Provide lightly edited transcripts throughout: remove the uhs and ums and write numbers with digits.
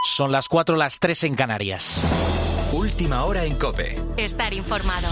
Son las 4, las 3 en Canarias. Última hora en COPE. Estar informado.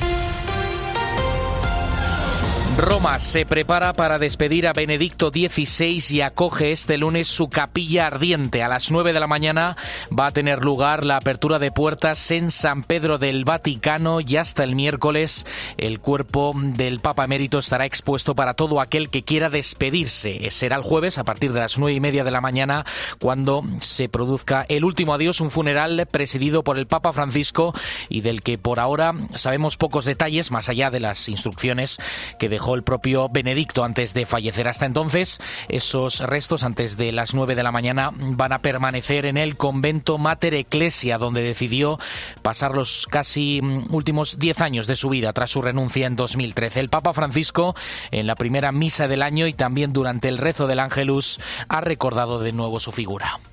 Roma se prepara para despedir a Benedicto XVI y acoge este lunes su capilla ardiente. A las 9 de la mañana va a tener lugar la apertura de puertas en San Pedro del Vaticano y hasta el miércoles el cuerpo del Papa Emérito estará expuesto para todo aquel que quiera despedirse. Será el jueves a partir de las 9:30 de la mañana cuando se produzca el último adiós, un funeral presidido por el Papa Francisco y del que por ahora sabemos pocos detalles más allá de las instrucciones que dejó el propio Benedicto antes de fallecer. Hasta entonces, esos restos, antes de las 9 de la mañana, van a permanecer en el convento Mater Ecclesia, donde decidió pasar los casi últimos 10 años de su vida tras su renuncia en 2013. El Papa Francisco, en la primera misa del año y también durante el rezo del Ángelus, ha recordado de nuevo su figura.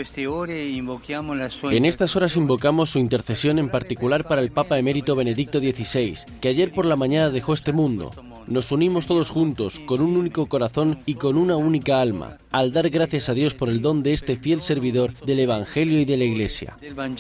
En estas horas invocamos su intercesión, en particular para el Papa Emérito Benedicto XVI, que ayer por la mañana dejó este mundo. Nos unimos todos juntos, con un único corazón y con una única alma, al dar gracias a Dios por el don de este fiel servidor del Evangelio y de la Iglesia.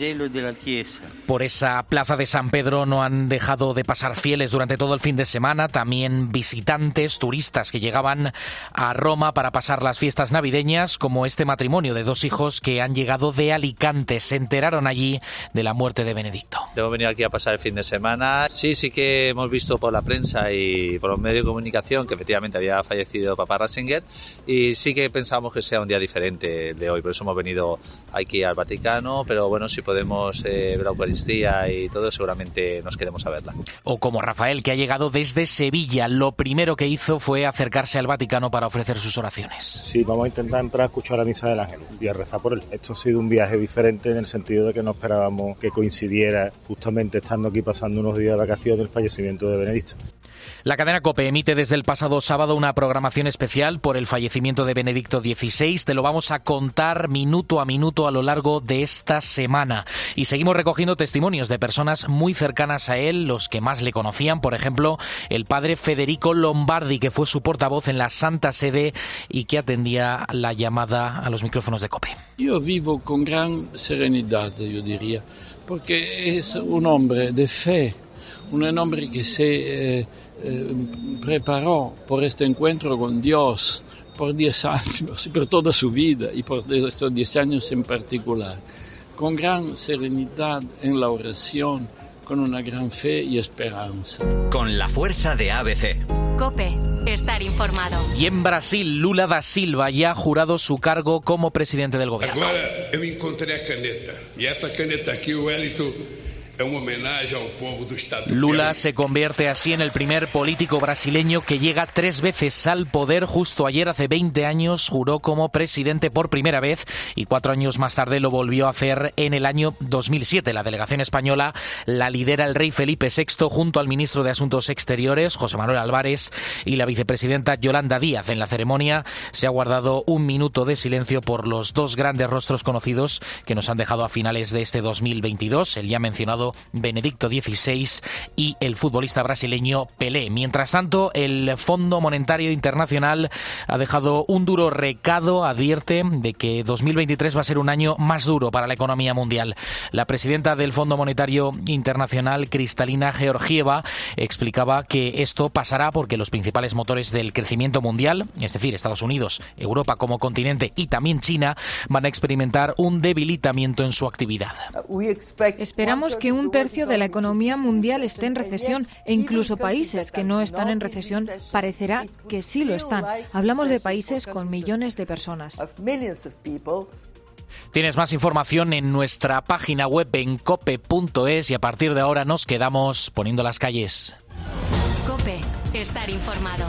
Por esa plaza de San Pedro no han dejado de pasar fieles durante todo el fin de semana, también visitantes, turistas que llegaban a Roma para pasar las fiestas navideñas, como este matrimonio de 2 hijos que han llegado de Alicante. Se enteraron allí de la muerte de Benedicto. Hemos venido aquí a pasar el fin de semana. Sí que hemos visto por la prensa y por los medios de comunicación que efectivamente había fallecido Papa Ratzinger, y sí que pensamos que sea un día diferente de hoy, por eso hemos venido aquí al Vaticano, pero bueno, si podemos ver la Eucaristía y todo, seguramente nos quedemos a verla. O como Rafael, que ha llegado desde Sevilla. Lo primero que hizo fue acercarse al Vaticano para ofrecer sus oraciones. Sí, vamos a intentar entrar a escuchar la misa del Ángel y a rezar por él. Esto ha sido un viaje diferente en el sentido de que no esperábamos que coincidiera justamente estando aquí pasando unos días de vacaciones el fallecimiento de Benedicto. La cadena COPE emite desde el pasado sábado una programación especial por el fallecimiento de Benedicto XVI. Te lo vamos a contar minuto a minuto a lo largo de esta semana. Y seguimos recogiendo testimonios de personas muy cercanas a él, los que más le conocían. Por ejemplo, el padre Federico Lombardi, que fue su portavoz en la Santa Sede y que atendía la llamada a los micrófonos de COPE. Yo vivo con gran serenidad, yo diría, porque es un hombre de fe. Un hombre que se preparó por este encuentro con Dios por 10 años y por toda su vida y por estos 10 años en particular, con gran serenidad en la oración, con una gran fe y esperanza. Con la fuerza de ABC. COPE. Estar informado. Y en Brasil, Lula da Silva ya ha jurado su cargo como presidente del gobierno. Agora eu encontrei a caneta e essa caneta aqui, o Wellington, es un homenaje al pueblo do Estado. Lula se convierte así en el primer político brasileño que llega 3 veces al poder. Justo ayer, hace 20 años, juró como presidente por primera vez y 4 años más tarde lo volvió a hacer en el año 2007. La delegación española la lidera el rey Felipe VI junto al ministro de Asuntos Exteriores, José Manuel Álvarez, y la vicepresidenta Yolanda Díaz. En la ceremonia se ha guardado un minuto de silencio por los 2 grandes rostros conocidos que nos han dejado a finales de este 2022, el ya mencionado Benedicto XVI y el futbolista brasileño Pelé. Mientras tanto, el Fondo Monetario Internacional ha dejado un duro recado. Advierte de que 2023 va a ser un año más duro para la economía mundial. La presidenta del Fondo Monetario Internacional, Kristalina Georgieva, explicaba que esto pasará porque los principales motores del crecimiento mundial, es decir, Estados Unidos, Europa como continente y también China, van a experimentar un debilitamiento en su actividad. Esperamos que un tercio de la economía mundial esté en recesión e incluso países que no están en recesión parecerá que sí lo están. Hablamos de países con millones de personas. Tienes más información en nuestra página web en cope.es y a partir de ahora nos quedamos poniendo las calles. COPE. Estar informado.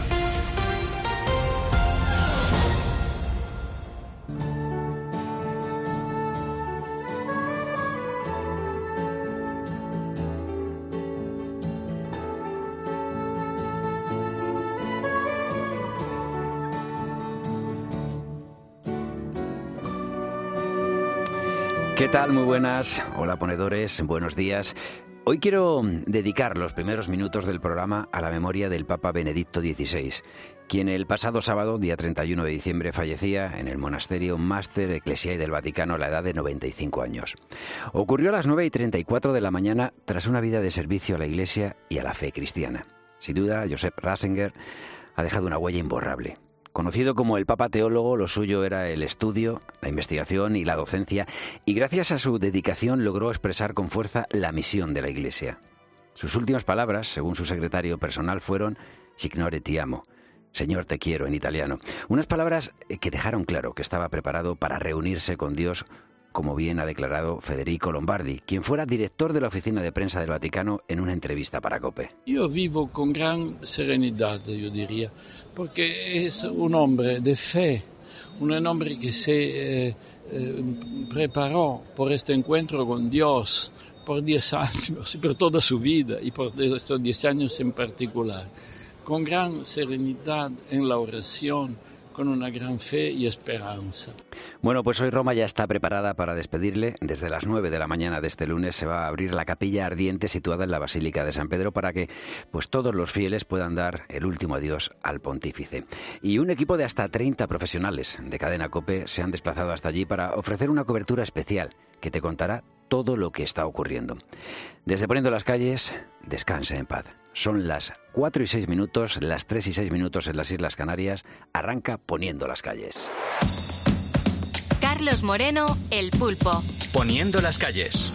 ¿Qué tal? Muy buenas. Hola, ponedores. Buenos días. Hoy quiero dedicar los primeros minutos del programa a la memoria del Papa Benedicto XVI, quien el pasado sábado, día 31 de diciembre, fallecía en el monasterio Mater Ecclesiae del Vaticano a la edad de 95 años. Ocurrió a las 9:34 de la mañana tras una vida de servicio a la Iglesia y a la fe cristiana. Sin duda, Joseph Ratzinger ha dejado una huella imborrable. Conocido como el Papa Teólogo, lo suyo era el estudio, la investigación y la docencia, y gracias a su dedicación logró expresar con fuerza la misión de la Iglesia. Sus últimas palabras, según su secretario personal, fueron «Signore ti amo», «Señor te quiero» en italiano. Unas palabras que dejaron claro que estaba preparado para reunirse con Dios, como bien ha declarado Federico Lombardi, quien fuera director de la oficina de prensa del Vaticano en una entrevista para COPE. Yo vivo con gran serenidad, yo diría, porque es un hombre de fe, un hombre que se preparó por este encuentro con Dios por 10 años y por toda su vida, y por estos 10 años en particular, con gran serenidad en la oración, con una gran fe y esperanza. Bueno, pues hoy Roma ya está preparada para despedirle. Desde las 9 de la mañana de este lunes se va a abrir la capilla ardiente situada en la Basílica de San Pedro para que pues todos los fieles puedan dar el último adiós al pontífice. Y un equipo de hasta 30 profesionales de Cadena COPE se han desplazado hasta allí para ofrecer una cobertura especial que te contará todo lo que está ocurriendo. Desde Poniendo las Calles, descanse en paz. Son las 4:06, las 3:06 en las Islas Canarias. Arranca Poniendo las Calles. Carlos Moreno, El Pulpo. Poniendo las Calles.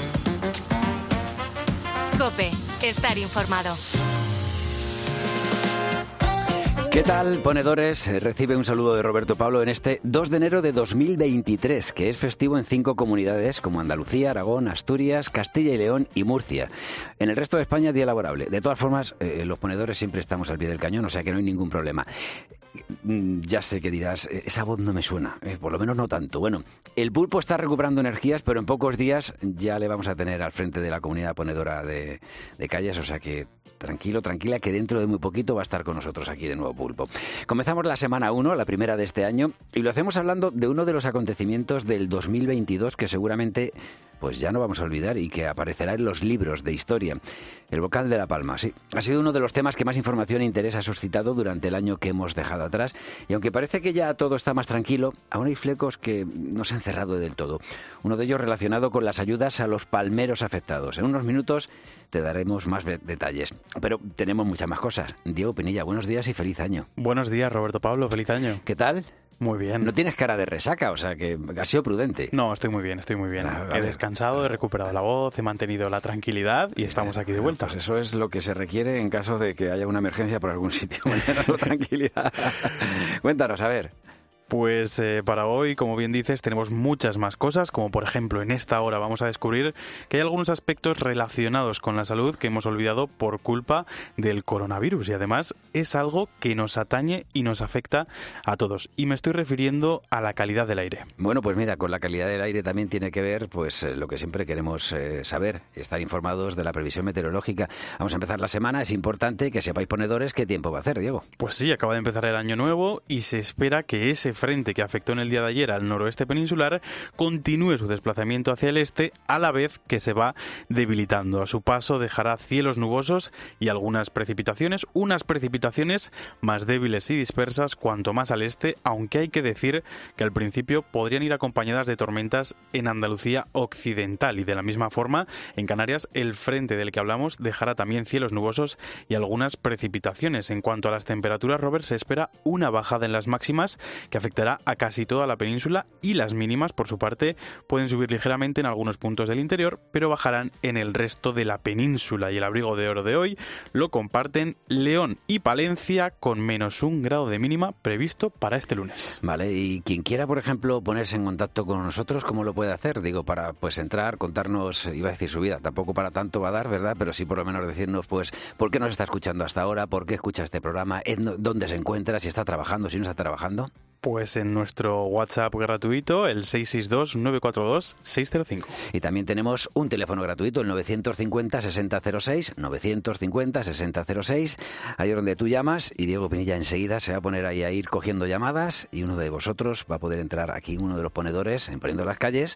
COPE, estar informado. ¿Qué tal, ponedores? Recibe un saludo de Roberto Pablo en este 2 de enero de 2023, que es festivo en 5 comunidades como Andalucía, Aragón, Asturias, Castilla y León y Murcia. En el resto de España, día laborable. De todas formas, los ponedores siempre estamos al pie del cañón, o sea que no hay ningún problema. Ya sé que dirás, esa voz no me suena, por lo menos no tanto. Bueno, el pulpo está recuperando energías, pero en pocos días ya le vamos a tener al frente de la comunidad ponedora de Calles, o sea que tranquilo, tranquila, que dentro de muy poquito va a estar con nosotros aquí de nuevo Pulpo. Comenzamos la semana 1, la primera de este año, y lo hacemos hablando de uno de los acontecimientos del 2022 que seguramente pues ya no vamos a olvidar y que aparecerá en los libros de historia. El Bocal de la Palma, sí. Ha sido uno de los temas que más información e interés ha suscitado durante el año que hemos dejado atrás, y aunque parece que ya todo está más tranquilo, aún hay flecos que no se han cerrado del todo. Uno de ellos relacionado con las ayudas a los palmeros afectados. En unos minutos te daremos más detalles, pero tenemos muchas más cosas. Diego Pinilla, buenos días y feliz año. Buenos días, Roberto Pablo, feliz año. ¿Qué tal? Muy bien. No tienes cara de resaca, o sea que has sido prudente. No, estoy muy bien, estoy muy bien. He descansado, he recuperado la voz, he mantenido la tranquilidad y estamos aquí de vuelta. Pues eso es lo que se requiere en caso de que haya una emergencia por algún sitio. La tranquilidad. Cuéntanos, a ver. Pues para hoy, como bien dices, tenemos muchas más cosas, como por ejemplo en esta hora vamos a descubrir que hay algunos aspectos relacionados con la salud que hemos olvidado por culpa del coronavirus, y además es algo que nos atañe y nos afecta a todos, y me estoy refiriendo a la calidad del aire. Bueno, pues mira, con la calidad del aire también tiene que ver pues lo que siempre queremos saber, estar informados de la previsión meteorológica. Vamos a empezar la semana, es importante que sepáis, ponedores, qué tiempo va a hacer, Diego. Pues sí, acaba de empezar el año nuevo y se espera que ese frente que afectó en el día de ayer al noroeste peninsular continúe su desplazamiento hacia el este, a la vez que se va debilitando. A su paso dejará cielos nubosos y algunas precipitaciones, unas precipitaciones más débiles y dispersas cuanto más al este, aunque hay que decir que al principio podrían ir acompañadas de tormentas en Andalucía occidental, y de la misma forma en Canarias el frente del que hablamos dejará también cielos nubosos y algunas precipitaciones. En cuanto a las temperaturas, Robert, se espera una bajada en las máximas que afectará a casi toda la península, y las mínimas, por su parte, pueden subir ligeramente en algunos puntos del interior, pero bajarán en el resto de la península. Y el abrigo de oro de hoy lo comparten León y Palencia, con -1 grado de mínima previsto para este lunes. Vale, y quien quiera, por ejemplo, ponerse en contacto con nosotros, ¿cómo lo puede hacer? Digo, para pues entrar, contarnos, iba a decir su vida, tampoco para tanto va a dar, ¿verdad? Pero sí por lo menos decirnos, pues, ¿por qué nos está escuchando hasta ahora? ¿Por qué escucha este programa? ¿Dónde se encuentra? ¿Si está trabajando? ¿Si no está trabajando? Pues en nuestro WhatsApp gratuito, el 662-942-605. Y también tenemos un teléfono gratuito, el 950-6006, 950-6006. Ahí es donde tú llamas y Diego Pinilla enseguida se va a poner ahí a ir cogiendo llamadas, y uno de vosotros va a poder entrar aquí, uno de los ponedores, en Poniendo las Calles,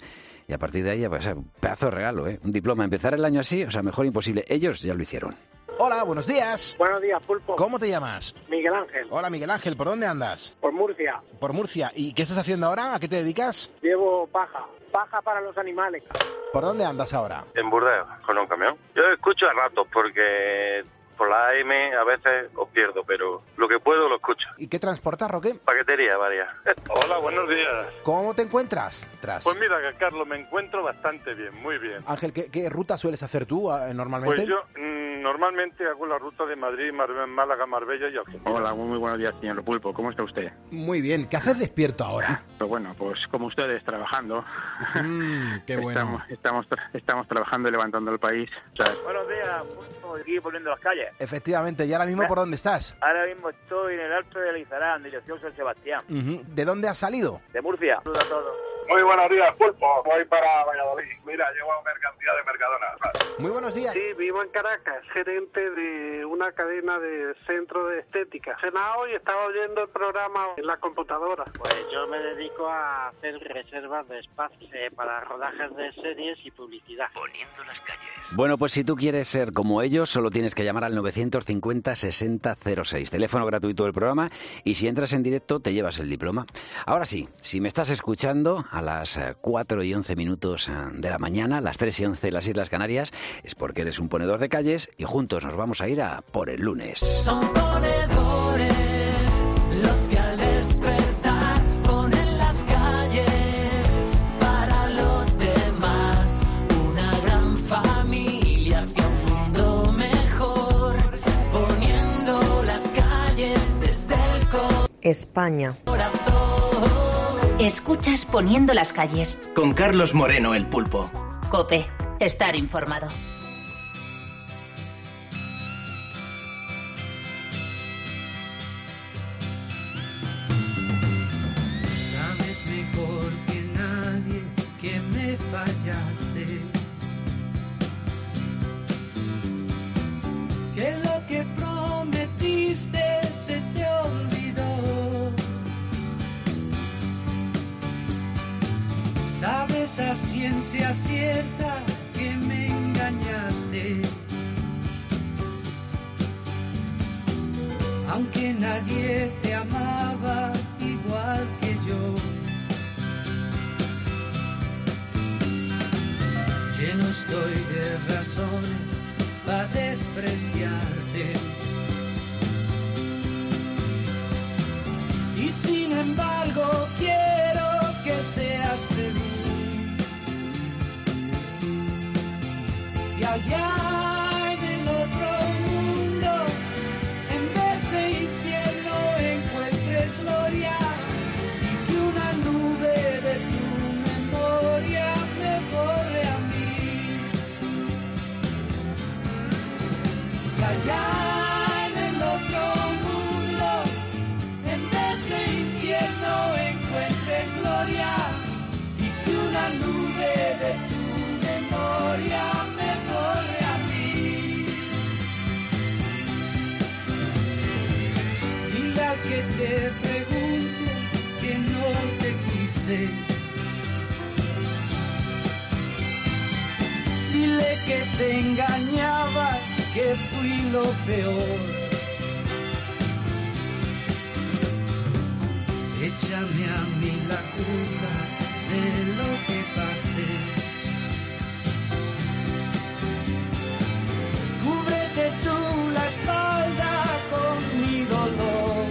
y a partir de ahí, pues, un pedazo de regalo, un diploma. Empezar el año así, o sea, mejor imposible. Ellos ya lo hicieron. Hola, buenos días. Buenos días, Pulpo. ¿Cómo te llamas? Miguel Ángel. Hola, Miguel Ángel, ¿por dónde andas? Por Murcia. Por Murcia. ¿Y qué estás haciendo ahora? ¿A qué te dedicas? Llevo paja para los animales. ¿Por dónde andas ahora? En Burdeos, con un camión. Yo escucho a ratos porque por la AM a veces os pierdo, pero lo que puedo lo escucho. ¿Y qué transportas, Roque? Paquetería, varias. Hola, buenos días. ¿Cómo te encuentras? Pues mira, Carlos, me encuentro bastante bien, muy bien. Ángel, ¿qué ruta sueles hacer tú normalmente? Pues yo normalmente hago la ruta de Madrid, Málaga, Marbella y Argentina. Hola, muy buenos días, señor Pulpo. ¿Cómo está usted? Muy bien. ¿Qué haces despierto ahora? Pues bueno, pues como ustedes, trabajando. Qué bueno. Estamos trabajando y levantando el país. ¿Sabes? Buenos días, Pulpo, aquí poniendo las calles. Efectivamente. ¿Y ahora mismo por dónde estás? Ahora mismo estoy en el Alto de Alizarán, dirección San Sebastián. ¿De dónde has salido? De Murcia. Saludos a todos. Muy buenos días, Pulpo. Voy para Valladolid. Mira, llevo mercancía de Mercadona. Muy buenos días. Sí, vivo en Caracas, gerente de una cadena de centro de estética. Cenado y estaba oyendo el programa en la computadora. Pues yo me dedico a hacer reservas de espacio para rodajes de series y publicidad. Poniendo las calles. Bueno, pues si tú quieres ser como ellos, solo tienes que llamar al 950 60 06, teléfono gratuito del programa, y si entras en directo te llevas el diploma. Ahora sí, si me estás escuchando a las 4 y 11 minutos de la mañana, las 3 y 11 en las Islas Canarias, es porque eres un ponedor de calles y juntos nos vamos a ir a por el lunes. Son ponedores los que al despertar ponen las calles para los demás. Una gran familia hacia un mundo mejor, poniendo las calles desde el España. Escuchas Poniendo las calles. Con Carlos Moreno, el Pulpo. COPE. Estar informado. Sabes mejor que nadie que me fallaste, que lo que prometiste se te olvidó. Sabes a ciencia cierta que me engañaste, aunque nadie te amaba igual que yo. Lleno estoy de razones para despreciarte, y sin embargo quiero que seas feliz. Y allá en el otro mundo, en vez de infierno encuentres gloria, y que una nube de tu memoria me borre a mí. Y allá en el otro mundo, en vez de infierno encuentres gloria, y que una nube de tu memoria me borre a mí. Dile al que te pregunte que no te quise, dile que te engañaba, que fui lo peor. Échame a mí la culpa de lo que pasé. Cúbrete tú la espalda con mi dolor.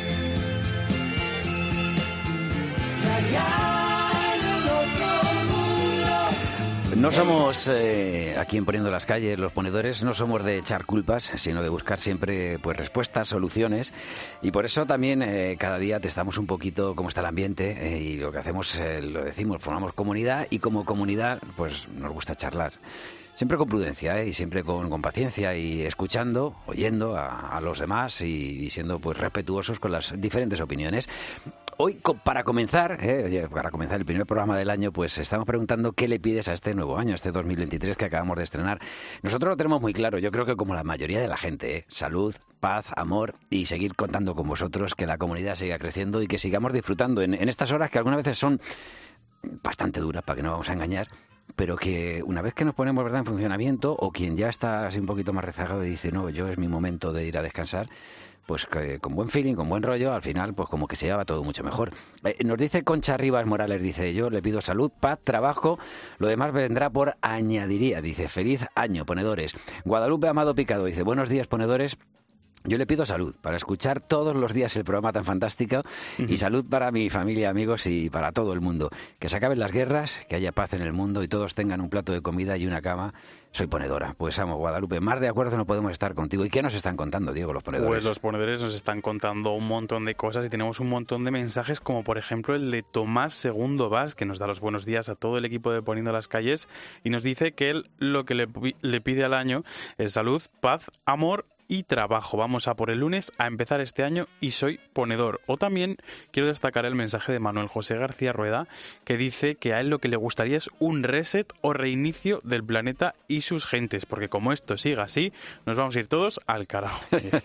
Y allá en el otro mundo. No somos, aquí en Poniendo las calles, los ponedores, no somos de echar culpas, sino de buscar siempre pues respuestas, soluciones. Y por eso también cada día testamos un poquito cómo está el ambiente y lo que hacemos, lo decimos, formamos comunidad, y como comunidad pues nos gusta charlar. Siempre con prudencia, y siempre con paciencia, y escuchando, oyendo a los demás y siendo pues respetuosos con las diferentes opiniones. Hoy, para comenzar el primer programa del año, pues estamos preguntando qué le pides a este nuevo año, a este 2023 que acabamos de estrenar. Nosotros lo tenemos muy claro, yo creo que como la mayoría de la gente, salud, paz, amor, y seguir contando con vosotros, que la comunidad siga creciendo y que sigamos disfrutando en estas horas que algunas veces son bastante dura, para que no vamos a engañar, pero que una vez que nos ponemos, ¿verdad?, en funcionamiento, o quien ya está así un poquito más rezagado y dice, no, yo es mi momento de ir a descansar, pues con buen feeling, con buen rollo, al final pues como que se lleva todo mucho mejor. Nos dice Concha Rivas Morales, dice, yo le pido salud, paz, trabajo, lo demás vendrá por añadiría, dice, feliz año, ponedores. Guadalupe Amado Picado dice, buenos días, ponedores. Yo le pido salud para escuchar todos los días el programa tan fantástico y salud para mi familia, amigos y para todo el mundo. Que se acaben las guerras, que haya paz en el mundo y todos tengan un plato de comida y una cama. Soy ponedora. Pues amo, Guadalupe, más de acuerdo no podemos estar contigo. ¿Y qué nos están contando, Diego, los ponedores? Pues los ponedores nos están contando un montón de cosas y tenemos un montón de mensajes, como por ejemplo el de Tomás Segundo Vaz, que nos da los buenos días a todo el equipo de Poniendo las Calles y nos dice que él lo que le pide al año es salud, paz, amor y trabajo. Vamos a por el lunes a empezar este año y soy ponedor. O también quiero destacar el mensaje de Manuel José García Rueda, que dice que a él lo que le gustaría es un reset o reinicio del planeta y sus gentes, porque como esto siga así, nos vamos a ir todos al carajo.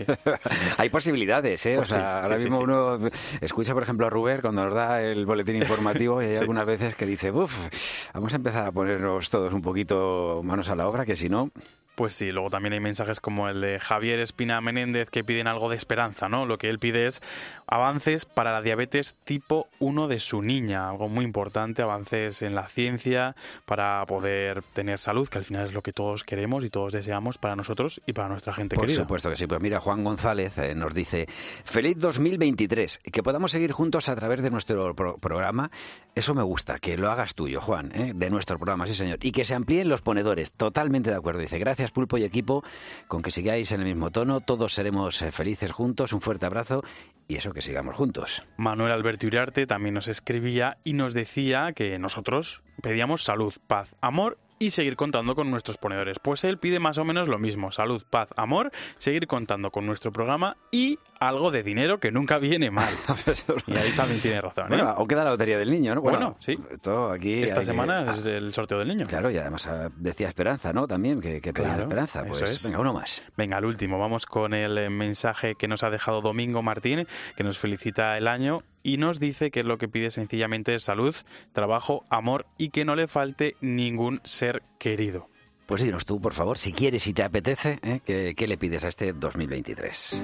Hay posibilidades, ¿eh? Pues o sea, sí, ahora sí, mismo sí. uno escucha, por ejemplo, a Ruber cuando nos da el boletín informativo y hay algunas veces que dice, vamos a empezar a ponernos todos un poquito manos a la obra, que si no... Pues sí, luego también hay mensajes como el de Javier Espina Menéndez que piden algo de esperanza, ¿no? Lo que él pide es avances para la diabetes tipo 1 de su niña, algo muy importante, avances en la ciencia para poder tener salud, que al final es lo que todos queremos y todos deseamos para nosotros y para nuestra gente querida. Por supuesto que sí. Pues mira, Juan González nos dice, feliz 2023, que podamos seguir juntos a través de nuestro programa. Eso me gusta, que lo hagas tuyo, Juan, de nuestro programa, sí señor. Y que se amplíen los ponedores, totalmente de acuerdo. Dice, gracias Pulpo y equipo, con que sigáis en el mismo tono, todos seremos felices juntos, un fuerte abrazo y eso, que sigamos juntos. Manuel Alberto Uriarte también nos escribía y nos decía que nosotros pedíamos salud, paz, amor y seguir contando con nuestros ponedores. Pues él pide más o menos lo mismo, salud, paz, amor, seguir contando con nuestro programa y algo de dinero que nunca viene mal. Y ahí también tiene razón, ¿eh? Bueno, aún queda la lotería del niño, ¿no? Bueno, sí. Esto aquí esta semana es el sorteo del niño. Claro, y además decía Esperanza, ¿no? También, que pedía Esperanza. Pues eso es. Venga, uno más. Venga, el último. Vamos con el mensaje que nos ha dejado Domingo Martín, que nos felicita el año y nos dice que lo que pide sencillamente es salud, trabajo, amor y que no le falte ningún ser querido. Pues dinos tú, por favor, si quieres y te apetece, ¿qué le pides a este 2023?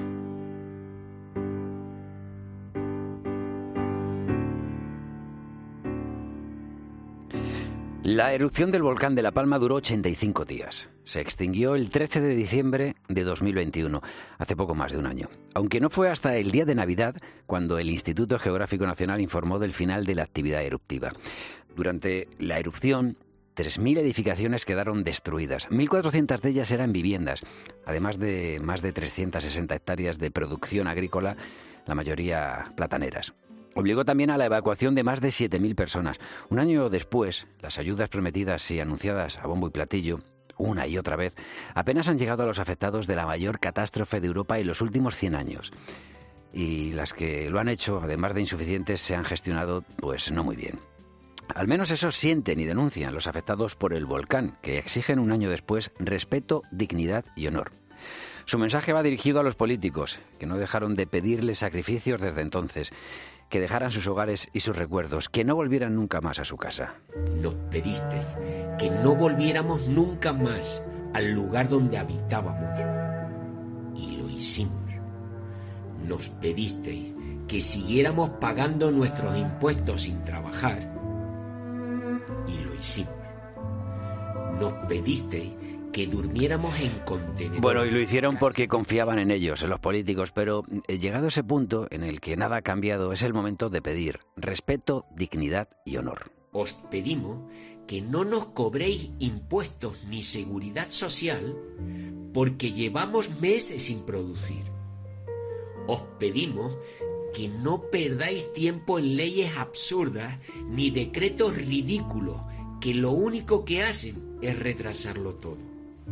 La erupción del volcán de La Palma duró 85 días. Se extinguió el 13 de diciembre de 2021, hace poco más de un año. Aunque no fue hasta el día de Navidad cuando el Instituto Geográfico Nacional informó del final de la actividad eruptiva. Durante la erupción, 3.000 edificaciones quedaron destruidas. 1.400 de ellas eran viviendas, además de más de 360 hectáreas de producción agrícola, la mayoría plataneras. Obligó también a la evacuación de más de 7.000 personas. Un año después, las ayudas prometidas y anunciadas a bombo y platillo, una y otra vez, apenas han llegado a los afectados de la mayor catástrofe de Europa en los últimos 100 años. Y las que lo han hecho, además de insuficientes, se han gestionado, pues, no muy bien. Al menos eso sienten y denuncian los afectados por el volcán, que exigen un año después respeto, dignidad y honor. Su mensaje va dirigido a los políticos, que no dejaron de pedirles sacrificios desde entonces, que dejaran sus hogares y sus recuerdos, que no volvieran nunca más a su casa. Nos pedisteis que no volviéramos nunca más al lugar donde habitábamos. Y lo hicimos. Nos pedisteis que siguiéramos pagando nuestros impuestos sin trabajar. Y lo hicimos. Nos pedisteis que durmiéramos en contenedores. Bueno, y lo hicieron porque confiaban en ellos, en los políticos, pero llegado ese punto en el que nada ha cambiado, es el momento de pedir respeto, dignidad y honor. Os pedimos que no nos cobréis impuestos ni seguridad social porque llevamos meses sin producir. Os pedimos que no perdáis tiempo en leyes absurdas ni decretos ridículos que lo único que hacen es retrasarlo todo.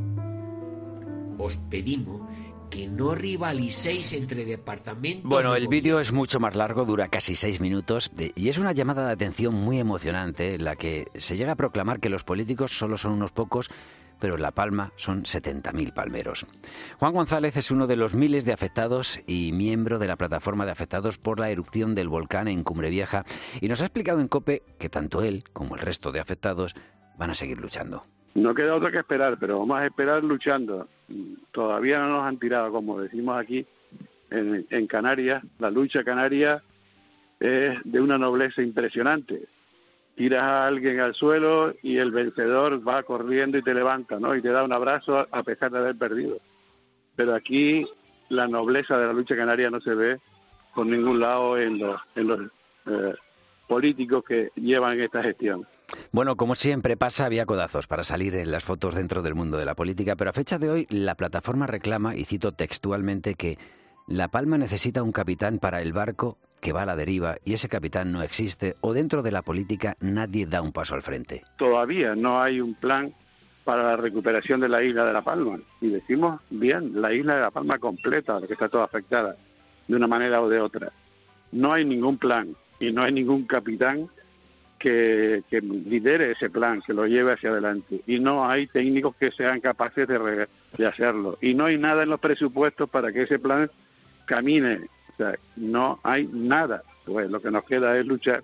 Os pedimos que no rivalicéis entre departamentos. Bueno, el vídeo es mucho más largo, dura casi 6 minutos y es una llamada de atención muy emocionante en la que se llega a proclamar que los políticos solo son unos pocos, pero en La Palma son 70.000 palmeros. Juan González es uno de los miles de afectados y miembro de la plataforma de afectados por la erupción del volcán en Cumbre Vieja, y nos ha explicado en COPE que tanto él como el resto de afectados van a seguir luchando. No queda otra que esperar, pero vamos a esperar luchando. Todavía no nos han tirado, como decimos aquí en Canarias. La lucha canaria es de una nobleza impresionante. Tiras a alguien al suelo y el vencedor va corriendo y te levanta, ¿no? Y te da un abrazo a pesar de haber perdido. Pero aquí la nobleza de la lucha canaria no se ve por ningún lado en los políticos que llevan esta gestión. Bueno, como siempre pasa, había codazos para salir en las fotos dentro del mundo de la política, pero a fecha de hoy la plataforma reclama, y cito textualmente, que La Palma necesita un capitán para el barco que va a la deriva y ese capitán no existe, o dentro de la política nadie da un paso al frente. Todavía no hay un plan para la recuperación de la isla de La Palma. Y decimos bien, la isla de La Palma completa, la que está toda afectada, de una manera o de otra. No hay ningún plan y no hay ningún capitán que lidere ese plan, que lo lleve hacia adelante. Y no hay técnicos que sean capaces de hacerlo. Y no hay nada en los presupuestos para que ese plan camine. O sea, no hay nada. Pues lo que nos queda es luchar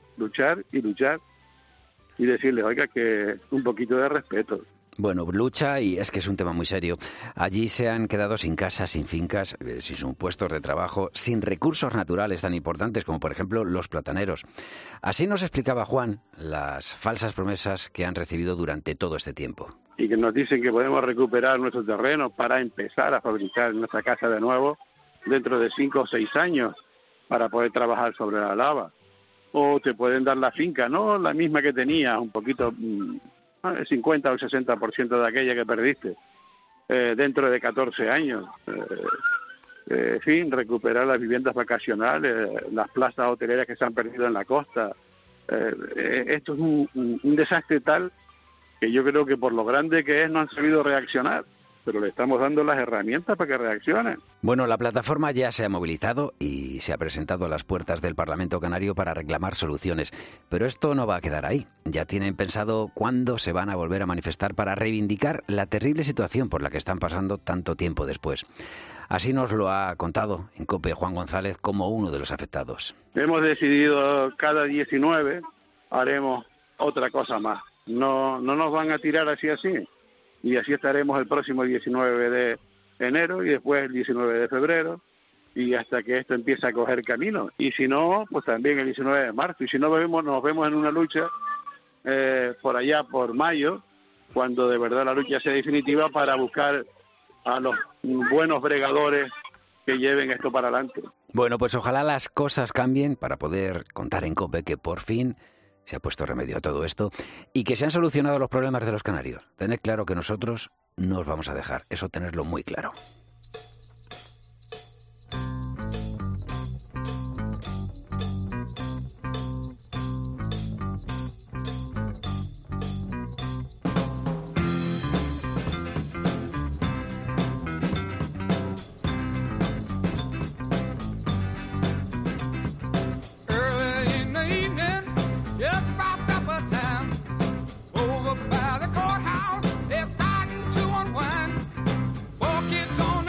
y decirle, oiga, que un poquito de respeto. Bueno, lucha, y es que es un tema muy serio. Allí se han quedado sin casas, sin fincas, sin sus puestos de trabajo, sin recursos naturales tan importantes como, por ejemplo, los plataneros. Así nos explicaba Juan las falsas promesas que han recibido durante todo este tiempo. Y que nos dicen que podemos recuperar nuestro terreno para empezar a fabricar nuestra casa de nuevo dentro de 5 o 6 años para poder trabajar sobre la lava. O te pueden dar la finca, no la misma que tenías, un poquito... el 50 o el 60% de aquella que perdiste dentro de 14 años. En fin, recuperar las viviendas vacacionales, las plazas hoteleras que se han perdido en la costa. Esto es un desastre tal que yo creo que por lo grande que es no han sabido reaccionar, pero le estamos dando las herramientas para que reaccionen. Bueno, la plataforma ya se ha movilizado y se ha presentado a las puertas del Parlamento Canario para reclamar soluciones. Pero esto no va a quedar ahí. Ya tienen pensado cuándo se van a volver a manifestar para reivindicar la terrible situación por la que están pasando tanto tiempo después. Así nos lo ha contado en COPE Juan González como uno de los afectados. Hemos decidido cada 19 haremos otra cosa más. No nos van a tirar así. Y así estaremos el próximo 19 de enero y después el 19 de febrero y hasta que esto empiece a coger camino. Y si no, pues también el 19 de marzo. Y si no, nos vemos en una lucha por allá, por mayo, cuando de verdad la lucha sea definitiva para buscar a los buenos bregadores que lleven esto para adelante. Bueno, pues ojalá las cosas cambien para poder contar en COPE que por fin se ha puesto remedio a todo esto y que se han solucionado los problemas de los canarios. Tened claro que nosotros no os vamos a dejar, eso tenerlo muy claro. By the courthouse, they're starting to unwind. 4 kids on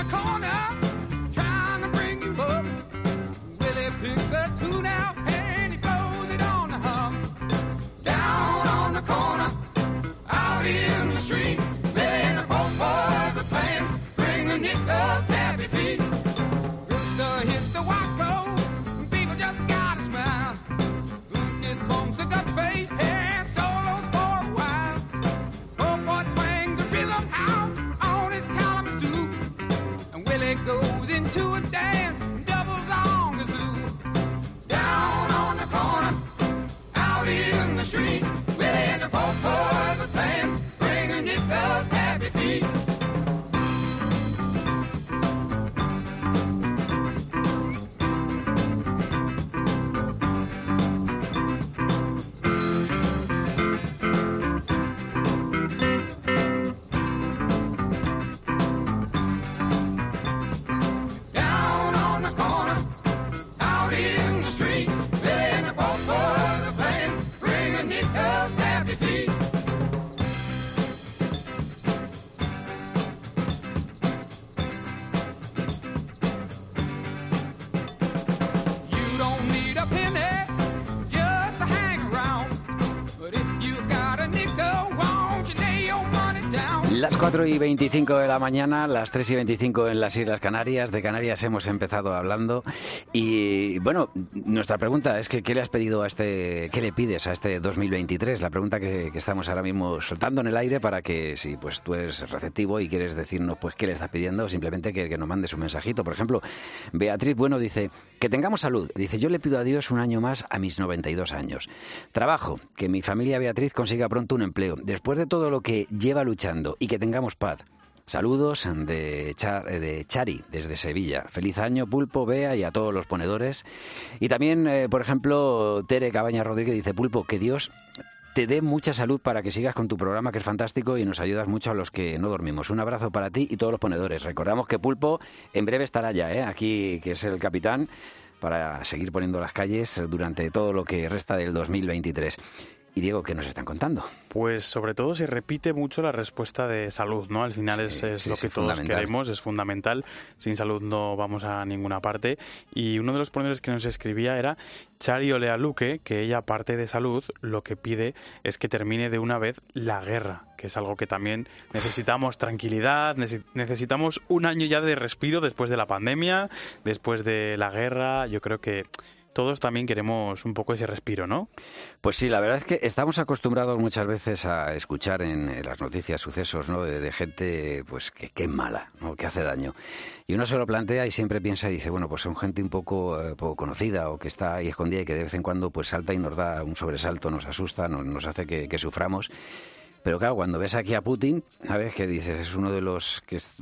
Las 4:25 de la mañana, las 3:25 en las Islas Canarias. De Canarias hemos empezado hablando y, bueno, nuestra pregunta es que ¿qué le has pedido a qué le pides a este 2023? La pregunta que estamos ahora mismo soltando en el aire para que, si pues tú eres receptivo y quieres decirnos pues qué le estás pidiendo, simplemente que nos mandes un mensajito. Por ejemplo, Beatriz Bueno dice que tengamos salud. Dice, yo le pido a Dios un año más a mis 92 años. Trabajo, que mi familia Beatriz consiga pronto un empleo. Después de todo lo que lleva luchando y que tengamos paz. Saludos de Chari, desde Sevilla. Feliz año, Pulpo, Bea y a todos los ponedores. Y también, por ejemplo, Tere Cabaña Rodríguez dice, Pulpo, que Dios te dé mucha salud para que sigas con tu programa, que es fantástico y nos ayudas mucho a los que no dormimos. Un abrazo para ti y todos los ponedores. Recordamos que Pulpo en breve estará ya, aquí, que es el capitán, para seguir poniendo las calles durante todo lo que resta del 2023. Y Diego, ¿qué nos están contando? Pues sobre todo se repite mucho la respuesta de salud, ¿no? Al final es lo que todos queremos, es fundamental. Sin salud no vamos a ninguna parte. Y uno de los ponedores que nos escribía era Chari Olealuque, que ella, aparte de salud, lo que pide es que termine de una vez la guerra, que es algo que también necesitamos tranquilidad, necesitamos un año ya de respiro después de la pandemia, después de la guerra. Yo creo que todos también queremos un poco ese respiro, ¿no? Pues sí, la verdad es que estamos acostumbrados muchas veces a escuchar en las noticias sucesos, ¿no? de gente pues que es mala, ¿no? Que hace daño. Y uno se lo plantea y siempre piensa y dice, bueno, pues son gente un poco conocida o que está ahí escondida y que de vez en cuando pues salta y nos da un sobresalto, nos asusta, nos hace que suframos. Pero claro, cuando ves aquí a Putin, ¿sabes qué dices? Es uno de los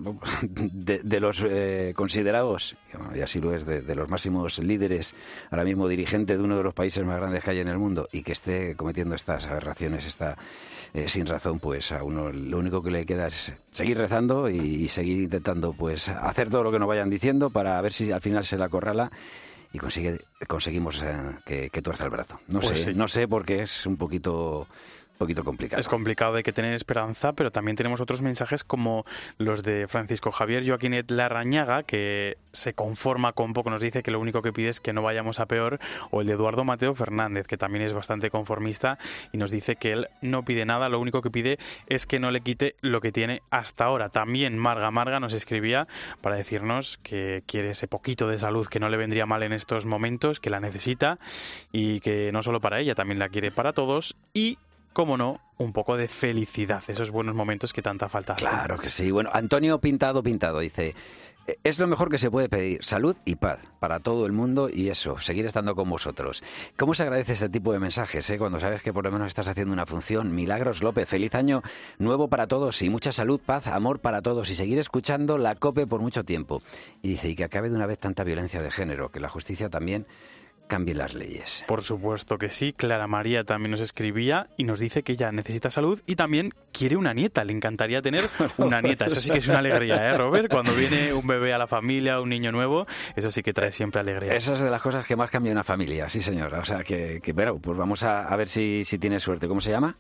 de los considerados, y así lo es, de los máximos líderes, ahora mismo dirigente de uno de los países más grandes que hay en el mundo, y que esté cometiendo estas aberraciones, sin razón, pues a uno lo único que le queda es seguir rezando y seguir intentando pues hacer todo lo que nos vayan diciendo para ver si al final se la acorrala y conseguimos que tuerza el brazo. No sé porque es un poquito complicado. Es complicado, hay que tener esperanza, pero también tenemos otros mensajes como los de Francisco Javier Joaquinet Larrañaga, que se conforma con poco, nos dice que lo único que pide es que no vayamos a peor, o el de Eduardo Mateo Fernández, que también es bastante conformista y nos dice que él no pide nada, lo único que pide es que no le quite lo que tiene hasta ahora. También Marga nos escribía para decirnos que quiere ese poquito de salud que no le vendría mal en estos momentos, que la necesita y que no solo para ella, también la quiere para todos y, cómo no, un poco de felicidad, esos buenos momentos que tanta falta hacen. Claro que sí. Bueno, Antonio Pintado dice, es lo mejor que se puede pedir, salud y paz para todo el mundo y eso, seguir estando con vosotros. ¿Cómo se agradece este tipo de mensajes, cuando sabes que por lo menos estás haciendo una función? Milagros López, feliz año nuevo para todos y mucha salud, paz, amor para todos y seguir escuchando la COPE por mucho tiempo. Y dice, y que acabe de una vez tanta violencia de género, que la justicia también cambie las leyes. Por supuesto que sí. Clara María también nos escribía y nos dice que ella necesita salud y también quiere una nieta. Le encantaría tener una nieta. Eso sí que es una alegría, Robert? Cuando viene un bebé a la familia, un niño nuevo, eso sí que trae siempre alegría. Esa es de las cosas que más cambia una familia, sí señora. O sea que bueno, pues vamos a ver si tiene suerte. ¿Cómo se llama?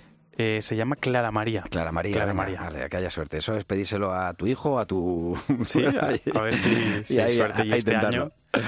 Se llama Clara María. Clara María. Vale, que haya suerte. Eso es pedírselo a tu hijo, a tu... Sí, a ver si hay suerte. Y este año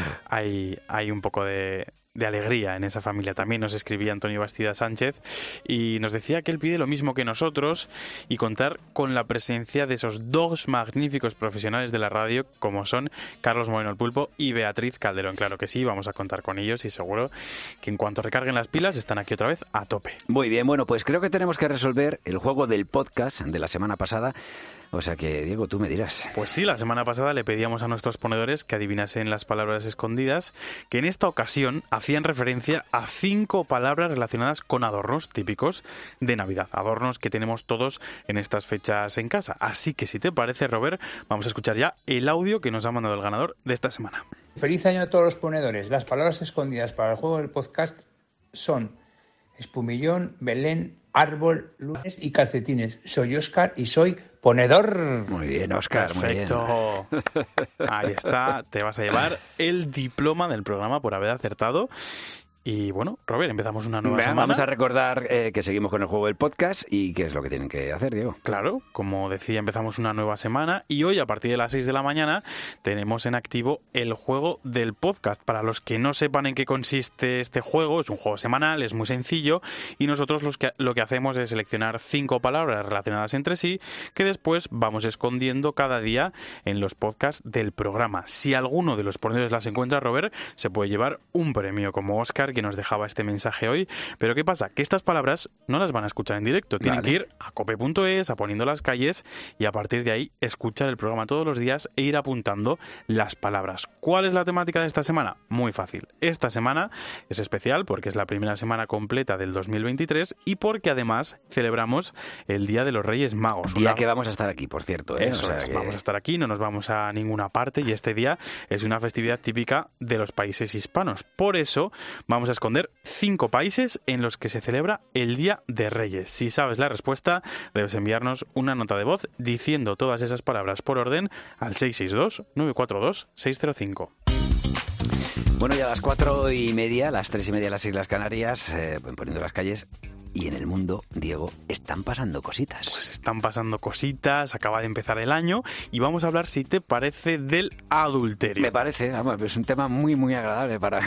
hay un poco de alegría en esa familia. También nos escribía Antonio Bastida Sánchez y nos decía que él pide lo mismo que nosotros y contar con la presencia de esos dos magníficos profesionales de la radio como son Carlos Moreno el Pulpo y Beatriz Calderón. Claro que sí, vamos a contar con ellos y seguro que en cuanto recarguen las pilas están aquí otra vez a tope. Muy bien, bueno, pues creo que tenemos que resolver el juego del podcast de la semana pasada. O sea que, Diego, tú me dirás. Pues sí, la semana pasada le pedíamos a nuestros ponedores que adivinasen las palabras escondidas, que en esta ocasión hacían referencia a 5 palabras relacionadas con adornos típicos de Navidad. Adornos que tenemos todos en estas fechas en casa. Así que, si te parece, Robert, vamos a escuchar ya el audio que nos ha mandado el ganador de esta semana. Feliz año a todos los ponedores. Las palabras escondidas para el juego del podcast son espumillón, Belén, árbol, luces y calcetines. Soy Óscar y soy ponedor. Muy bien, Óscar. Perfecto. Muy bien. Ahí está. Te vas a llevar el diploma del programa por haber acertado. Y bueno, Robert, empezamos una nueva semana. Vamos a recordar que seguimos con el juego del podcast y qué es lo que tienen que hacer, Diego. Claro, como decía, empezamos una nueva semana y hoy a partir de las 6 de la mañana tenemos en activo el juego del podcast. Para los que no sepan en qué consiste este juego, es un juego semanal, es muy sencillo y nosotros lo que hacemos es seleccionar 5 palabras relacionadas entre sí que después vamos escondiendo cada día en los podcasts del programa. Si alguno de los ponedores las encuentra, Robert, se puede llevar un premio como Óscar, que nos dejaba este mensaje hoy. Pero ¿qué pasa? Que estas palabras no las van a escuchar en directo. Tienen que ir a cope.es, a Poniendo las Calles, y a partir de ahí escuchar el programa todos los días e ir apuntando las palabras. ¿Cuál es la temática de esta semana? Muy fácil. Esta semana es especial porque es la primera semana completa del 2023 y porque además celebramos el Día de los Reyes Magos. Día que vamos a estar aquí, por cierto. Eso es, vamos a estar aquí, no nos vamos a ninguna parte y este día es una festividad típica de los países hispanos. Por eso vamos a esconder 5 países en los que se celebra el Día de Reyes. Si sabes la respuesta, debes enviarnos una nota de voz diciendo todas esas palabras por orden al 662-942-605. Bueno, ya a las 4:30, las 3:30 en las Islas Canarias, Poniendo las Calles. Y en el mundo, Diego, están pasando cositas. Pues están pasando cositas, acaba de empezar el año y vamos a hablar, si te parece, del adulterio. Me parece, vamos, es un tema muy, muy agradable para...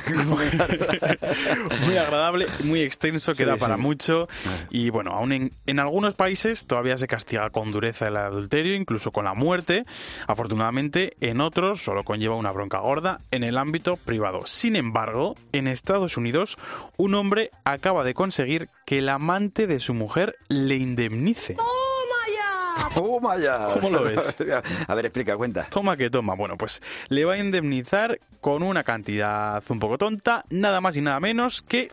Muy agradable, muy extenso, que da para mucho. Y bueno, aún en algunos países todavía se castiga con dureza el adulterio, incluso con la muerte. Afortunadamente, en otros solo conlleva una bronca gorda en el ámbito privado. Sin embargo, en Estados Unidos, un hombre acaba de conseguir que la amante de su mujer le indemnice. ¡Toma ya! ¿Cómo lo ves? A ver, explica, cuenta. Toma que toma. Bueno, pues le va a indemnizar con una cantidad un poco tonta, nada más y nada menos que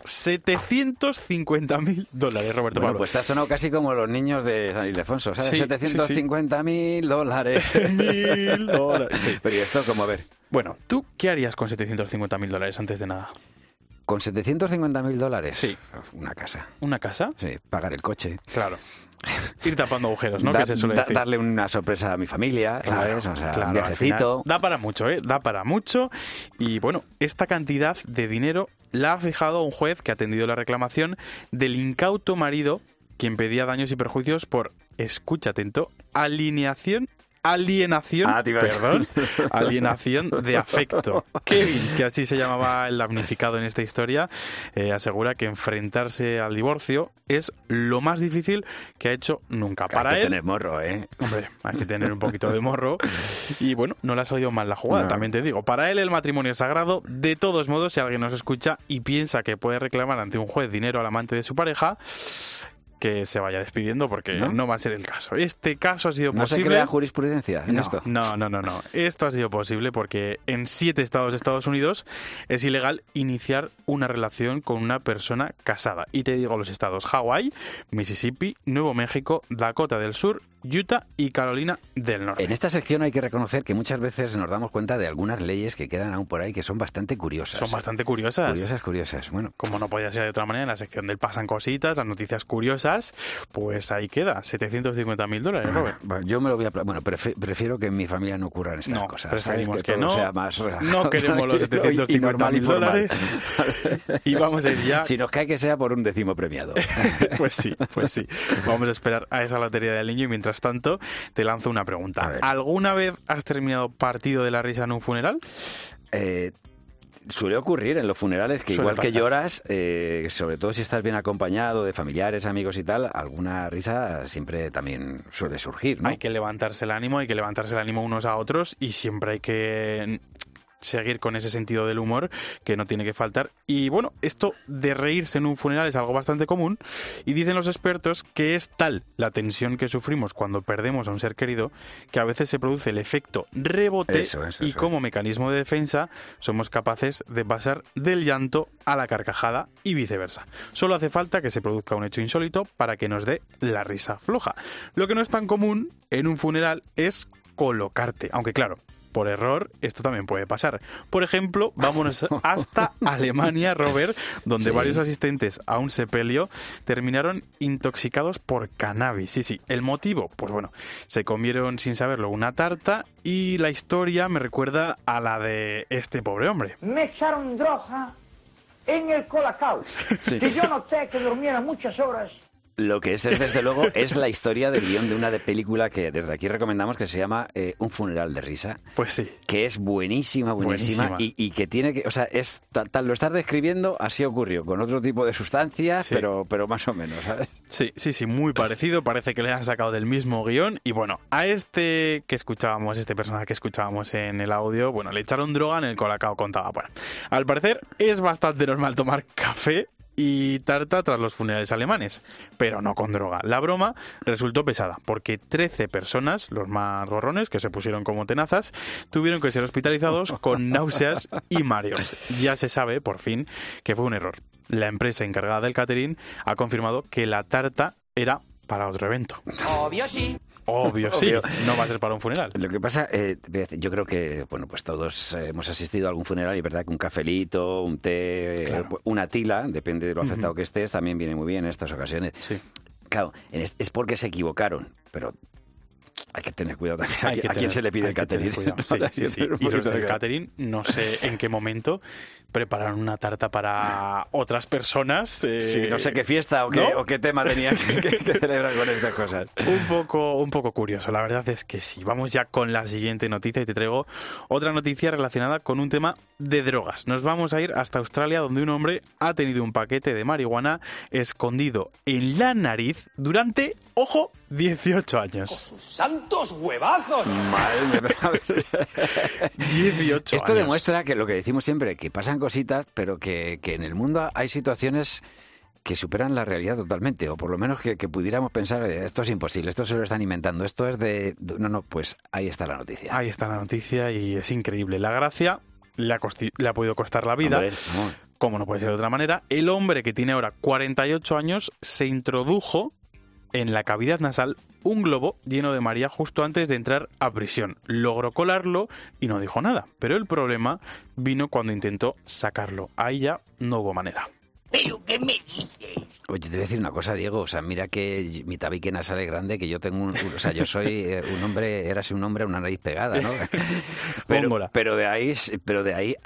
$750,000, Roberto Pablo. Pues te ha sonado casi como los niños de San Ildefonso, ¿sabes? Sí, $750,000. $1,000. Sí. Pero ¿y esto cómo? A ver. Bueno, ¿tú qué harías con $750,000 antes de nada? ¿Con $750,000? Sí. Una casa. ¿Una casa? Sí, pagar el coche. Claro. Ir tapando agujeros, ¿no? Que se suele decir. Darle una sorpresa a mi familia, claro, ¿sabes? O sea, claro, un viajecito. Da para mucho, ¿eh? Da para mucho. Y bueno, esta cantidad de dinero la ha fijado un juez que ha atendido la reclamación del incauto marido, quien pedía daños y perjuicios por, escucha atento, alienación de afecto. Kevin, que así se llamaba el damnificado en esta historia, asegura que enfrentarse al divorcio es lo más difícil que ha hecho nunca. Para hay que él, tener morro, ¿eh? Hombre, hay que tener un poquito de morro. Y bueno, no le ha salido mal la jugada, también te digo. Para él el matrimonio es sagrado. De todos modos, si alguien nos escucha y piensa que puede reclamar ante un juez dinero al amante de su pareja, que se vaya despidiendo porque no va a ser el caso. Este caso ha sido posible. ¿No se crea jurisprudencia en esto? No. Esto ha sido posible porque en 7 estados de Estados Unidos es ilegal iniciar una relación con una persona casada. Y te digo los estados: Hawái, Mississippi, Nuevo México, Dakota del Sur, Utah y Carolina del Norte. En esta sección hay que reconocer que muchas veces nos damos cuenta de algunas leyes que quedan aún por ahí que son bastante curiosas. Son bastante curiosas. Curiosas. Bueno, como no podía ser de otra manera, en la sección del pasan cositas, las noticias curiosas, pues ahí queda, $750,000, Robert. Yo me lo voy a... Bueno, prefiero que en mi familia no ocurran estas cosas. Preferimos que no. Sea más no queremos los $750,000 y vamos a ir ya... Si nos cae que sea por un 10º premiado. Pues sí. Vamos a esperar a esa lotería del niño y mientras tanto te lanzo una pregunta. ¿Alguna vez has terminado partido de la risa en un funeral? Suele ocurrir en los funerales que igual que lloras, sobre todo si estás bien acompañado de familiares, amigos y tal, alguna risa siempre también suele surgir, ¿no? Hay que levantarse el ánimo unos a otros y siempre hay que seguir con ese sentido del humor que no tiene que faltar. Y bueno, esto de reírse en un funeral es algo bastante común y dicen los expertos que es tal la tensión que sufrimos cuando perdemos a un ser querido que a veces se produce el efecto rebote y como mecanismo de defensa somos capaces de pasar del llanto a la carcajada y viceversa. Solo hace falta que se produzca un hecho insólito para que nos dé la risa floja. Lo que no es tan común en un funeral es colocarte, aunque claro, por error, esto también puede pasar. Por ejemplo, vámonos hasta Alemania, Robert, donde varios asistentes a un sepelio terminaron intoxicados por cannabis. Sí. ¿El motivo? Pues bueno, se comieron sin saberlo una tarta y la historia me recuerda a la de este pobre hombre. Me echaron droga en el Colacao, Sí. que yo noté que durmiera muchas horas. Lo que es, desde luego, es la historia del guión de una película que desde aquí recomendamos, que se llama Un funeral de risa. Pues sí. Que es buenísima. Y que tiene que... O sea, es tal lo estás describiendo, así ocurrió, con otro tipo de sustancias, Sí. pero más o menos, ¿sabes? Sí, muy parecido. Parece que le han sacado del mismo guión. Y bueno, a este personaje que escuchábamos en el audio, bueno, le echaron droga en el Colacao, contaba. Bueno, al parecer es bastante normal tomar café y tarta tras los funerales alemanes, pero no con droga. La broma resultó pesada, porque 13 personas, los más gorrones, que se pusieron como tenazas, tuvieron que ser hospitalizados con náuseas y mareos. Ya se sabe, por fin, que fue un error. La empresa encargada del catering ha confirmado que la tarta era para otro evento. Obvio sí. Obvio, sí. No va a ser para un funeral. Lo que pasa, yo creo que, bueno, pues todos hemos asistido a algún funeral y es verdad que un cafelito, un té, Claro. una tila, depende de lo afectado que estés, también viene muy bien en estas ocasiones. Sí. Claro, es porque se equivocaron, pero hay que tener cuidado también. ¿A quién se le pide el catering? Sí. Y los del catering, no sé en qué momento prepararon una tarta para otras personas. Sí, no sé qué fiesta o qué tema tenían que celebrar con estas cosas. Un poco curioso, la verdad es que sí. Vamos ya con la siguiente noticia y te traigo otra noticia relacionada con un tema de drogas. Nos vamos a ir hasta Australia, donde un hombre ha tenido un paquete de marihuana escondido en la nariz durante, ojo, 18 años. ¡Santos huevazos! 18 Esto años. demuestra que lo que decimos siempre, que pasan cositas, pero que en el mundo hay situaciones que superan la realidad totalmente, o por lo menos que pudiéramos pensar, esto es imposible, esto se lo están inventando, esto es de... No, pues ahí está la noticia. Ahí está la noticia y es increíble. La gracia le ha podido costar la vida. Hombre, no. Como no puede ser de otra manera. El hombre, que tiene ahora 48 años, se introdujo en la cavidad nasal un globo lleno de María justo antes de entrar a prisión. Logró colarlo y no dijo nada, pero el problema vino cuando intentó sacarlo. Ahí ya no hubo manera. ¿Pero qué me dices? Oye, te voy a decir una cosa, Diego, o sea, mira que mi tabique nasal es grande, que yo tengo o sea, yo soy un hombre, eras un hombre a una nariz pegada, ¿no? Pero de ahí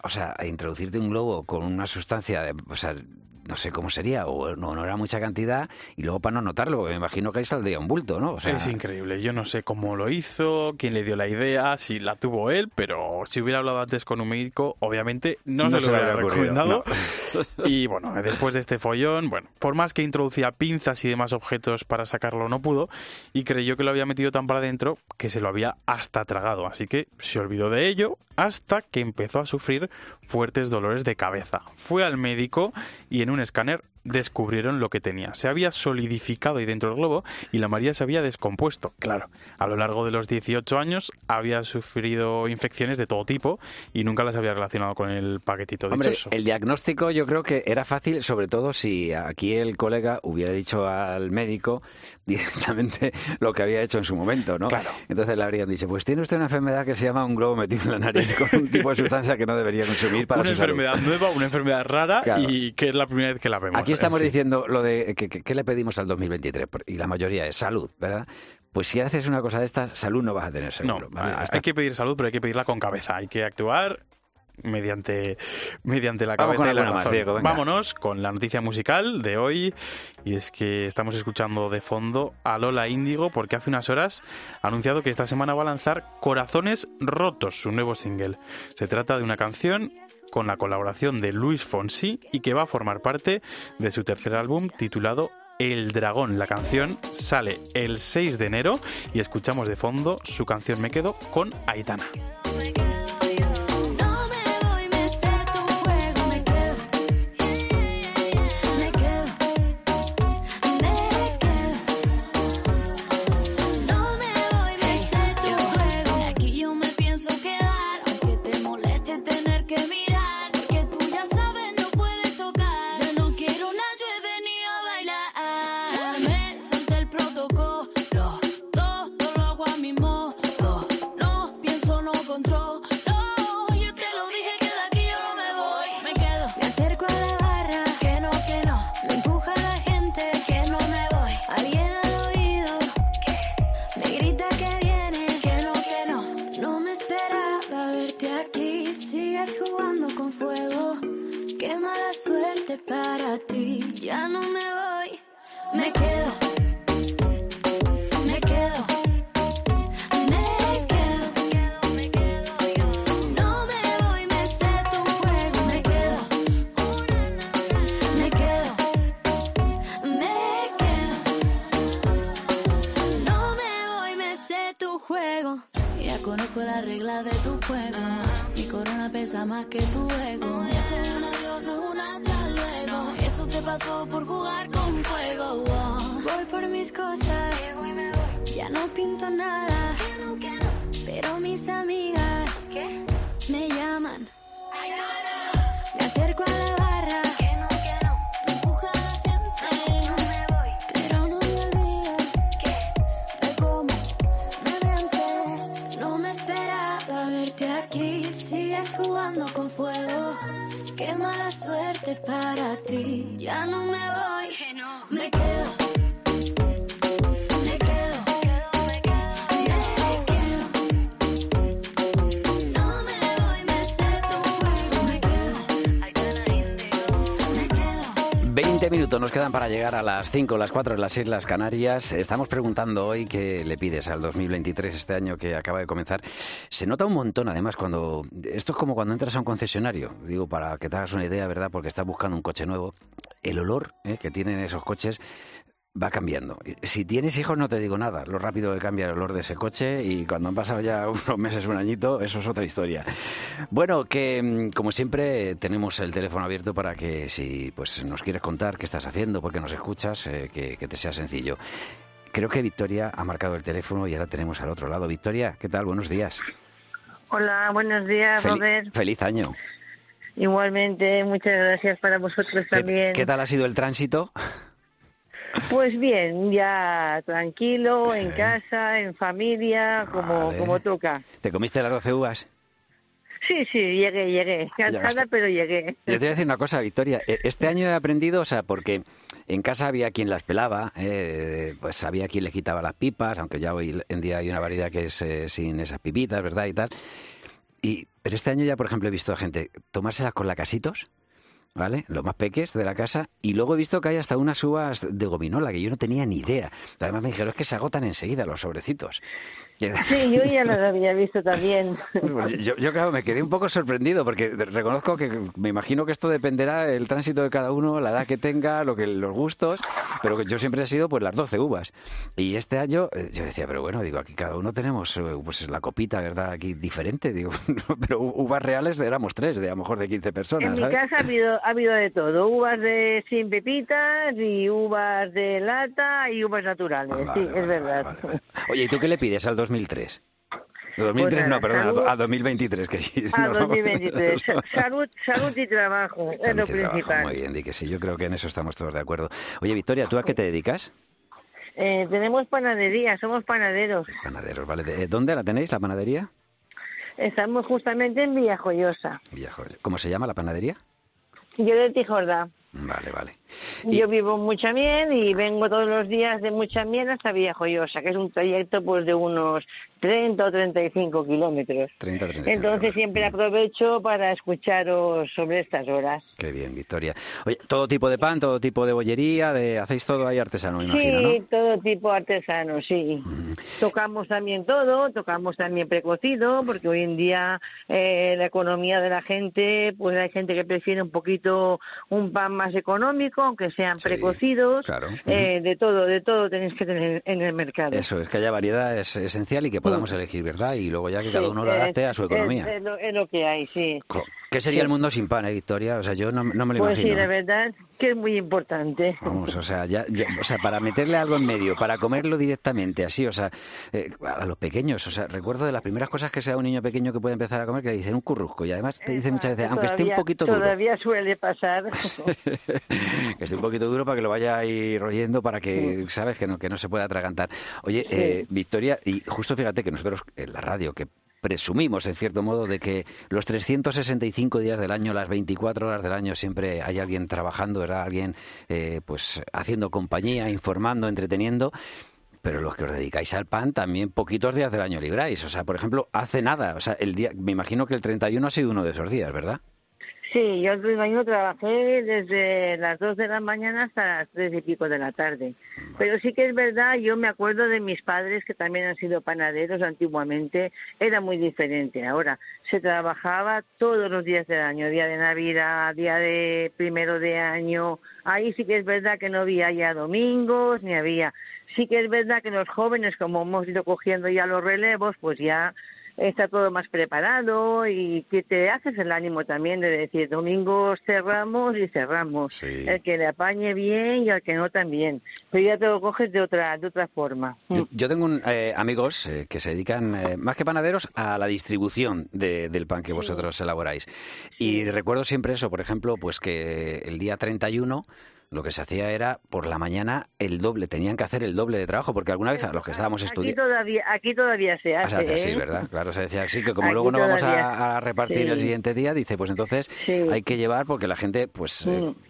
a introducirte un globo con una sustancia, o sea, no sé cómo sería, o no era mucha cantidad, y luego para no notarlo, me imagino que ahí saldría un bulto, ¿no? O sea, es increíble, yo no sé cómo lo hizo, quién le dio la idea, si la tuvo él, pero si hubiera hablado antes con un médico, obviamente no se lo hubiera recomendado. No. Y bueno, después de este follón, bueno, por más que introducía pinzas y demás objetos para sacarlo, no pudo, y creyó que lo había metido tan para adentro que se lo había hasta tragado, así que se olvidó de ello hasta que empezó a sufrir fuertes dolores de cabeza. Fue al médico y en un escáner descubrieron lo que tenía. Se había solidificado ahí dentro del globo y la María se había descompuesto. Claro, a lo largo de los 18 años había sufrido infecciones de todo tipo y nunca las había relacionado con el paquetito dichoso. El diagnóstico yo creo que era fácil, sobre todo si aquí el colega hubiera dicho al médico directamente lo que había hecho en su momento, ¿no? Claro. Entonces le habrían dicho, pues tiene usted una enfermedad que se llama un globo metido en la nariz con un tipo de sustancia que no debería consumir para una su salud. enfermedad nueva, una enfermedad rara, claro. Y que es la primera vez que la vemos. Aquí estamos diciendo lo de ¿qué le pedimos al 2023? Y la mayoría es salud, ¿verdad? Pues si haces una cosa de estas, salud no vas a tener seguro. No, hay que pedir salud, pero hay que pedirla con cabeza. Hay que actuar mediante la cabeza y la razón. Diego, vámonos con la noticia musical de hoy, y es que estamos escuchando de fondo a Lola Índigo porque hace unas horas ha anunciado que esta semana va a lanzar Corazones Rotos, su nuevo single. Se trata de una canción con la colaboración de Luis Fonsi y que va a formar parte de su tercer álbum titulado El Dragón. La canción sale el 6 de enero y escuchamos de fondo su canción Me Quedo con Aitana. Control. la regla de tu juego. Mi corona pesa más que tu ego. Esto es un adiós, no es un hasta luego. Eso te pasó por jugar con fuego. Voy por mis cosas, ya no pinto nada. Pero mis amigas me llaman. Me acerco a la barra. Me empuja la gente. Pero no me olvides de cómo me mientes. No me esperaba verte aquí. Sigues jugando con fuego. Qué mala suerte para ti. Ya no me voy, me quedo. No me voy, me sé tu juego. Me quedo. 20 minutos nos quedan para llegar a las 5, las 4 en las Islas Canarias. Estamos preguntando hoy qué le pides al 2023, este año que acaba de comenzar. Se nota un montón, además, cuando... Esto es como cuando entras a un concesionario. Digo, para que te hagas una idea, ¿verdad? Porque estás buscando un coche nuevo. El olor que tienen esos coches va cambiando. Si tienes hijos no te digo nada, lo rápido que cambia el olor de ese coche, y cuando han pasado ya unos meses, un añito, eso es otra historia. Bueno, que como siempre tenemos el teléfono abierto para que si pues nos quieres contar qué estás haciendo, por qué nos escuchas, que te sea sencillo. Creo que Victoria ha marcado el teléfono y ahora tenemos al otro lado. Victoria, ¿qué tal? Buenos días. Hola, buenos días, Robert. Feliz año. Igualmente, muchas gracias para vosotros también. ¿Qué tal ha sido el tránsito? Pues bien, ya tranquilo, en casa, en familia, como toca. ¿Te comiste las 12 uvas? Sí, llegué. Cansada, pero llegué. Yo te voy a decir una cosa, Victoria. Este año he aprendido, o sea, porque en casa había quien las pelaba, pues había quien le quitaba las pipas, aunque ya hoy en día hay una variedad que es sin esas pipitas, ¿verdad? Y tal. Pero este año ya, por ejemplo, he visto a gente tomárselas con lacasitos, ¿vale? Los más peques de la casa. Y luego he visto que hay hasta unas uvas de gominola que yo no tenía ni idea. Además me dijeron, es que se agotan enseguida los sobrecitos. Sí, yo ya los había visto también. Pues yo claro, me quedé un poco sorprendido porque reconozco que me imagino que esto dependerá del tránsito de cada uno, la edad que tenga, los gustos, pero que yo siempre he sido pues las 12 uvas. Y este año yo decía, pero bueno, digo, aquí cada uno tenemos pues la copita, ¿verdad? Aquí diferente, digo, pero uvas reales éramos 3, de a lo mejor de 15 personas. En mi casa ha habido de todo, uvas sin pepitas y uvas de lata y uvas naturales, sí, es verdad. Vale. Oye, ¿y tú qué le pides al 2003? 2003 pues no, perdón, a 2023, que sí. A 2023. Salud y trabajo, es lo principal. Muy bien, di que sí, yo creo que en eso estamos todos de acuerdo. Oye, Victoria, ¿tú a qué te dedicas? Tenemos panadería, somos panaderos. Panaderos, vale. ¿Dónde la tenéis, la panadería? Estamos justamente en Villajoyosa. ¿Cómo se llama la panadería? Yo de Tijorda. Vale. Yo vivo en Muchamiel y vengo todos los días de Muchamiel hasta Villajoyosa, que es un trayecto pues de unos 30 o 35 kilómetros. 30-35. Entonces siempre aprovecho para escucharos sobre estas horas. Qué bien, Victoria. Oye, ¿todo tipo de pan, todo tipo de bollería, hacéis todo ahí artesano, me imagino, ¿no? Sí, todo tipo artesano, sí. Tocamos también todo, tocamos también precocido, porque hoy en día la economía de la gente, pues hay gente que prefiere un poquito un pan más económico, aunque sean precocidos. Claro. De todo tenéis que tener en el mercado. Eso, es que haya variedad es esencial y que podamos elegir, ¿verdad? Y luego ya que cada uno lo adapte a su economía. Es lo que hay, sí. ¿Qué sería el mundo sin pan, Victoria? O sea, yo no me lo imagino. Pues sí, la verdad que es muy importante. Vamos, o sea, o sea, para meterle algo en medio, para comerlo directamente, así, o sea, a los pequeños, o sea, recuerdo de las primeras cosas que sea un niño pequeño que puede empezar a comer, que le dicen un currusco, y además te dicen muchas veces, aunque esté un poquito duro. Todavía suele pasar. Que esté un poquito duro para que lo vaya ahí royendo, para que, sabes, que no se pueda atragantar. Oye, Victoria, y justo fíjate que nosotros en la radio, que presumimos, en cierto modo, de que los 365 días del año, las 24 horas del año, siempre hay alguien trabajando, ¿verdad? Alguien, pues, haciendo compañía, informando, entreteniendo. Pero los que os dedicáis al pan, también poquitos días del año libráis. O sea, por ejemplo, hace nada. O sea, me imagino que el 31 ha sido uno de esos días, ¿verdad? Sí, yo el 31 trabajé desde las 2 de la mañana hasta las 3 y pico de la tarde. Pero sí que es verdad, yo me acuerdo de mis padres que también han sido panaderos antiguamente, era muy diferente. Ahora, se trabajaba todos los días del año, día de Navidad, día de primero de año. Ahí sí que es verdad que no había ya domingos, ni había. Sí que es verdad que los jóvenes, como hemos ido cogiendo ya los relevos, pues ya está todo más preparado y que te haces el ánimo también de decir, domingos cerramos y cerramos. Sí. El que le apañe bien y el que no también. Pero ya te lo coges de otra forma. Yo tengo amigos que se dedican, más que panaderos, a la distribución del pan que vosotros elaboráis. Y recuerdo siempre eso, por ejemplo, pues que el día 31... lo que se hacía era, por la mañana, el doble. Tenían que hacer el doble de trabajo, porque alguna vez a los que estábamos estudiando... Aquí todavía se hace, ¿eh? Sí, ¿verdad? Claro, se decía así, que como Aquí luego no vamos todavía. a repartir Sí. el siguiente día, dice, pues entonces hay que llevar, porque la gente, pues,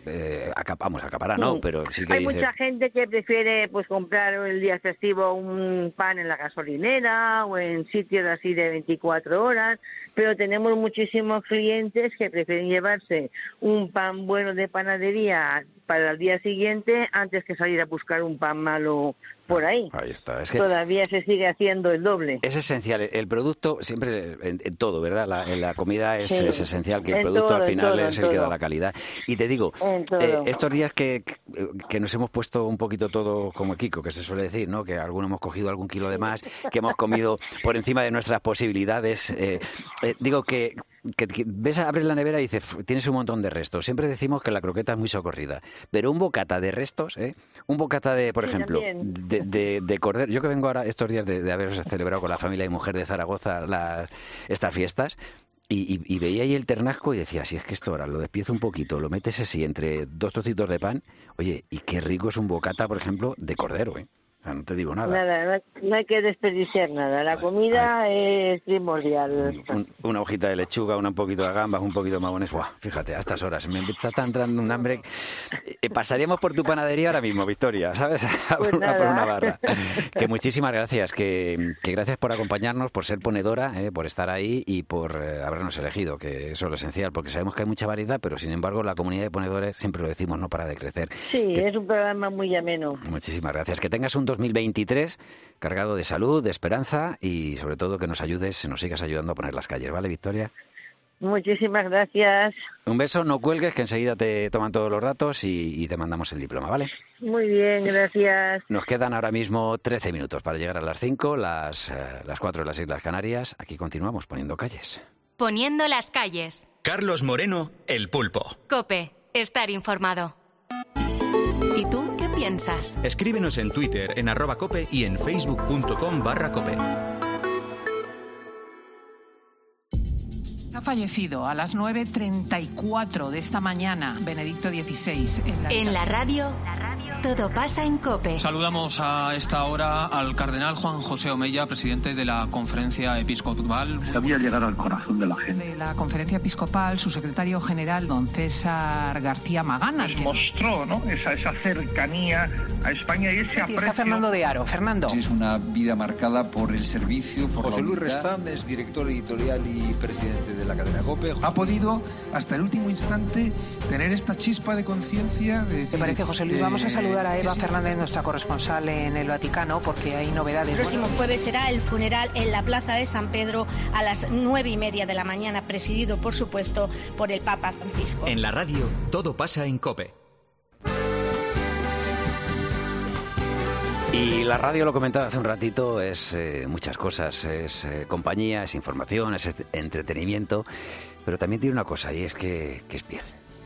acaparar no, pero sí que Hay dice... mucha gente que prefiere pues comprar el día festivo un pan en la gasolinera o en sitios así de 24 horas, pero tenemos muchísimos clientes que prefieren llevarse un pan bueno de panadería para el día siguiente antes que salir a buscar un pan malo por ahí. Ahí está. Es que todavía se sigue haciendo el doble. es esencial. El producto, siempre en todo, ¿verdad? En la comida es Sí. esencial que el En producto todo, al en final todo, es en el que da todo. la calidad. Y te digo, En todo. estos días que nos hemos puesto un poquito todo como Kiko, que se suele decir, ¿no? Que algunos hemos cogido algún kilo de más, que hemos comido por encima de nuestras posibilidades. Digo que ves, abres la nevera y dices, tienes un montón de restos. Siempre decimos que la croqueta es muy socorrida, pero un bocata de restos, un bocata de, por ejemplo, de cordero. Yo que vengo ahora estos días de haber celebrado con la familia y mujer de Zaragoza estas fiestas, y veía ahí el ternasco y decía, si es que esto ahora lo despiezo un poquito, lo metes así entre dos trocitos de pan, oye, y qué rico es un bocata, por ejemplo, de cordero, O sea, no te digo nada. Nada, no hay que desperdiciar nada. La comida es primordial. Una hojita de lechuga, un poquito de gambas, un poquito de mamones. ¡Buah! Fíjate, a estas horas me está entrando un hambre. Pasaríamos por tu panadería ahora mismo, Victoria, ¿sabes? Pues a por una barra. Que muchísimas gracias, que gracias por acompañarnos, por ser ponedora, por estar ahí y por habernos elegido, que eso es lo esencial, porque sabemos que hay mucha variedad, pero sin embargo la comunidad de ponedores, siempre lo decimos, no para de crecer. Sí, es un programa muy ameno. Muchísimas gracias. Que tengas un 2023 cargado de salud, de esperanza y sobre todo que nos ayudes, nos sigas ayudando a poner las calles, ¿vale, Victoria? Muchísimas gracias. Un beso, no cuelgues, que enseguida te toman todos los datos y te mandamos el diploma, ¿vale? Muy bien, gracias. Nos quedan ahora mismo 13 minutos para llegar a las 5, las 4 en las Islas Canarias. Aquí continuamos poniendo calles. Poniendo las calles. Carlos Moreno, El Pulpo. COPE. Estar informado. ¿Y tú qué piensas? Escríbenos en Twitter, en @cope y en facebook.com/cope. Ha fallecido a las 9:34 de esta mañana Benedicto XVI. En la radio, todo pasa en COPE. Saludamos a esta hora al cardenal Juan José Omeya, presidente de la Conferencia Episcopal. Sabía llegar al corazón de la gente. De la Conferencia Episcopal, su secretario general, don César García Magana. Nos mostró, ¿no?, esa cercanía a España y ese aprecio. Está Fernando de Aro. Fernando. Es una vida marcada por el servicio, por José la Luis unidad. Restán es director editorial y presidente de la cadena COPE. Ha podido, hasta el último instante, tener esta chispa de conciencia de decir... ¿Te parece, José Luis? Vamos a saludar a Eva Fernández, nuestra corresponsal en el Vaticano, porque hay novedades. El próximo jueves será el funeral en la Plaza de San Pedro a las 9:30 de la mañana, presidido, por supuesto, por el Papa Francisco. En la radio, todo pasa en COPE. Y la radio, lo comentaba hace un ratito, es muchas cosas. Es compañía, es información, es entretenimiento, pero también tiene una cosa, y es que es piel.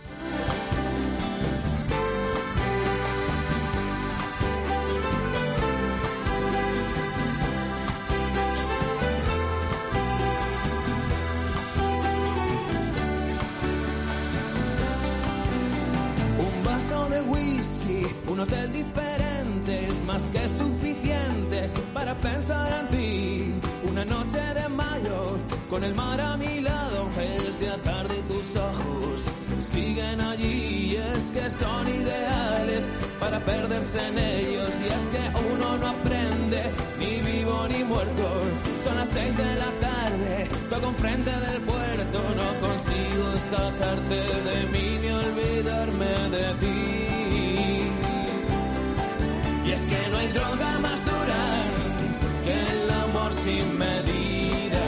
Un vaso de whisky, un hotel diferente es más que suficiente para pensar en ti. Una noche de mayo con el mar a mi lado, es de tarde y tus ojos siguen allí. Y es que son ideales para perderse en ellos, y es que uno no aprende ni vivo ni muerto. Son las 6 de la tarde, toco enfrente del puerto, no consigo sacarte de mí ni olvidarme de ti. Y es que no hay droga más dura que el amor sin medida.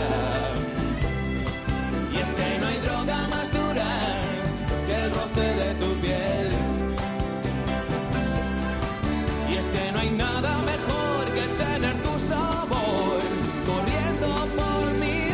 Y es que no hay droga más dura que el roce de tu piel. Y es que no hay nada mejor que tener tu sabor corriendo por mi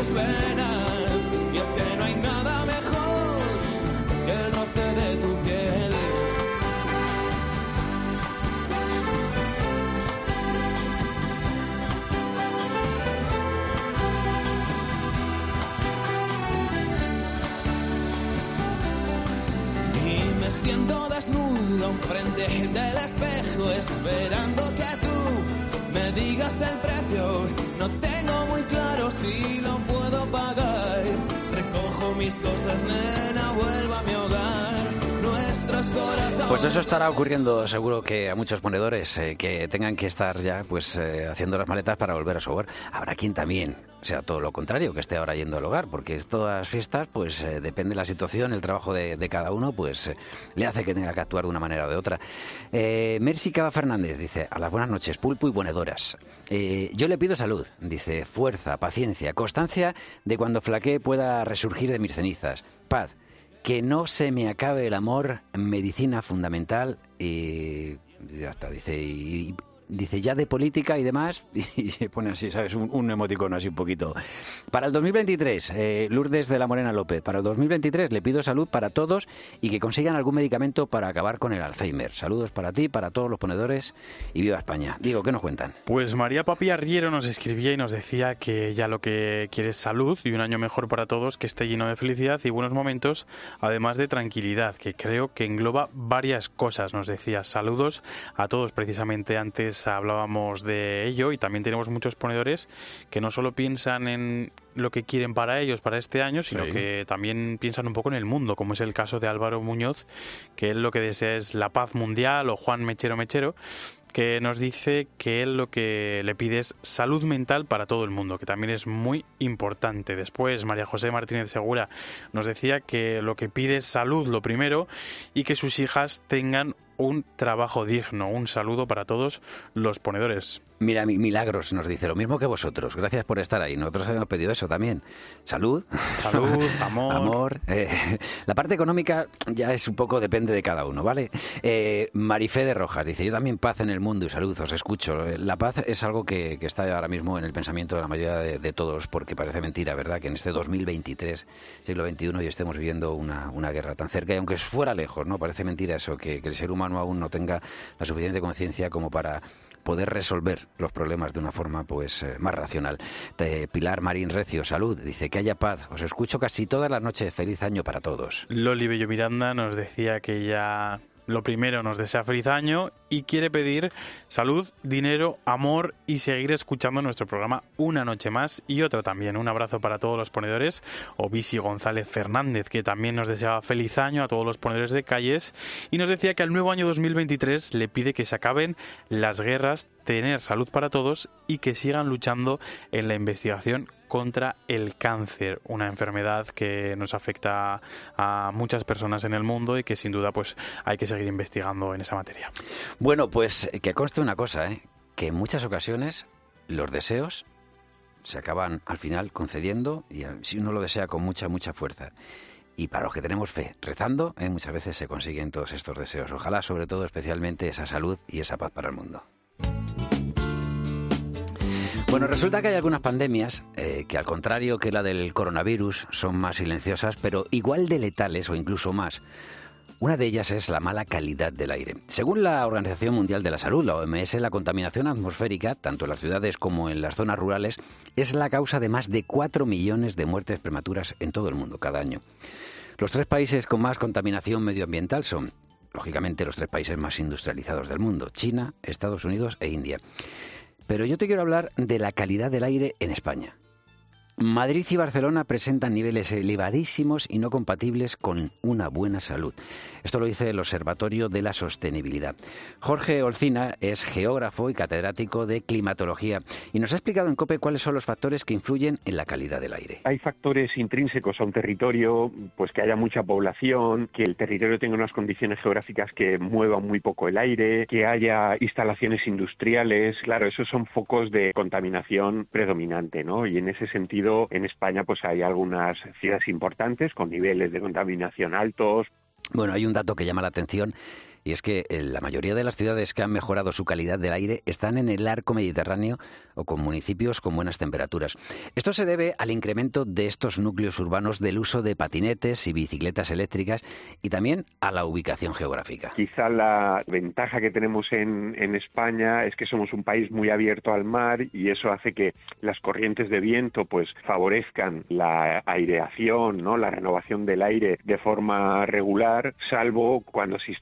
desnudo frente del espejo, esperando que tú me digas el precio. No tengo muy claro si lo puedo pagar. Recojo mis cosas, nena, vuelvo a mi hogar. Nuestros corazones... Pues eso estará ocurriendo seguro que a muchos ponedores que tengan que estar ya pues haciendo las maletas para volver a su hogar. Habrá quien también sea todo lo contrario, que esté ahora yendo al hogar, porque todas las fiestas, pues depende de la situación, el trabajo de cada uno, pues le hace que tenga que actuar de una manera o de otra. Mercy Cava Fernández dice: a las buenas noches, pulpo y ponedoras. Yo le pido salud, dice, fuerza, paciencia, constancia de cuando flaquee pueda resurgir de mis cenizas, paz, que no se me acabe el amor, medicina fundamental, y ya está, dice, y dice ya de política y demás, y se pone así, ¿sabes? Un emoticono así un poquito. Para el 2023, Lourdes de la Morena López, para el 2023 le pido salud para todos y que consigan algún medicamento para acabar con el Alzheimer. Saludos para ti, para todos los ponedores y viva España. Diego, ¿qué nos cuentan? Pues María Papi Arriero nos escribía y nos decía que ella lo que quiere es salud y un año mejor para todos, que esté lleno de felicidad y buenos momentos, además de tranquilidad, que creo que engloba varias cosas, nos decía. Saludos a todos, precisamente antes hablábamos de ello, y también tenemos muchos ponedores que no solo piensan en lo que quieren para ellos para este año, sino que también piensan un poco en el mundo, como es el caso de Álvaro Muñoz, que él lo que desea es la paz mundial, o Juan Mechero, que nos dice que él lo que le pide es salud mental para todo el mundo, que también es muy importante. Después María José Martínez Segura nos decía que lo que pide es salud, lo primero, y que sus hijas tengan un trabajo digno. Un saludo para todos los ponedores. Mira, Milagros nos dice lo mismo que vosotros. Gracias por estar ahí. Nosotros hemos pedido eso también. Salud. Salud, amor. La parte económica ya es un poco, depende de cada uno, ¿vale? Marifé de Rojas dice: yo también paz en el mundo y salud, os escucho. La paz es algo que está ahora mismo en el pensamiento de la mayoría de todos, porque parece mentira, ¿verdad?, que en este 2023, siglo XXI, y estemos viviendo una guerra tan cerca, y aunque fuera lejos, ¿no? Parece mentira eso, que el ser humano aún no tenga la suficiente conciencia como para poder resolver los problemas de una forma pues más racional. Pilar Marín Recio, salud, dice que haya paz. Os escucho casi todas las noches. Feliz año para todos. Loli Bello Miranda nos decía que ella lo primero nos desea feliz año y quiere pedir salud, dinero, amor y seguir escuchando nuestro programa una noche más y otra también. Un abrazo para todos los ponedores. Ovisi González Fernández, que también nos deseaba feliz año a todos los ponedores de calles, y nos decía que al nuevo año 2023 le pide que se acaben las guerras, tener salud para todos y que sigan luchando en la investigación contra el cáncer, una enfermedad que nos afecta a muchas personas en el mundo y que sin duda pues hay que seguir investigando en esa materia. Bueno, pues que conste una cosa, que en muchas ocasiones los deseos se acaban al final concediendo, y si uno lo desea con mucha fuerza. Y para los que tenemos fe, rezando, muchas veces se consiguen todos estos deseos. Ojalá, sobre todo, especialmente esa salud y esa paz para el mundo. Bueno, resulta que hay algunas pandemias que, al contrario que la del coronavirus, son más silenciosas, pero igual de letales o incluso más. Una de ellas es la mala calidad del aire. Según la Organización Mundial de la Salud, la OMS, la contaminación atmosférica, tanto en las ciudades como en las zonas rurales, es la causa de más de 4 millones de muertes prematuras en todo el mundo cada año. Los 3 países con más contaminación medioambiental son, lógicamente, los 3 países más industrializados del mundo: China, Estados Unidos e India. Pero yo te quiero hablar de la calidad del aire en España. Madrid y Barcelona presentan niveles elevadísimos y no compatibles con una buena salud. Esto lo dice el Observatorio de la Sostenibilidad. Jorge Olcina es geógrafo y catedrático de climatología y nos ha explicado en COPE cuáles son los factores que influyen en la calidad del aire. Hay factores intrínsecos a un territorio, pues que haya mucha población, que el territorio tenga unas condiciones geográficas que muevan muy poco el aire, que haya instalaciones industriales. Claro, esos son focos de contaminación predominante, ¿no? Y en ese sentido, en España pues hay algunas ciudades importantes con niveles de contaminación altos. Bueno, hay un dato que llama la atención, y es que la mayoría de las ciudades que han mejorado su calidad del aire están en el arco mediterráneo o con municipios con buenas temperaturas. Esto se debe al incremento de estos núcleos urbanos del uso de patinetes y bicicletas eléctricas y también a la ubicación geográfica. Quizá la ventaja que tenemos en España es que somos un país muy abierto al mar y eso hace que las corrientes de viento pues favorezcan la aireación, ¿no?, la renovación del aire de forma regular, salvo cuando se instalan, como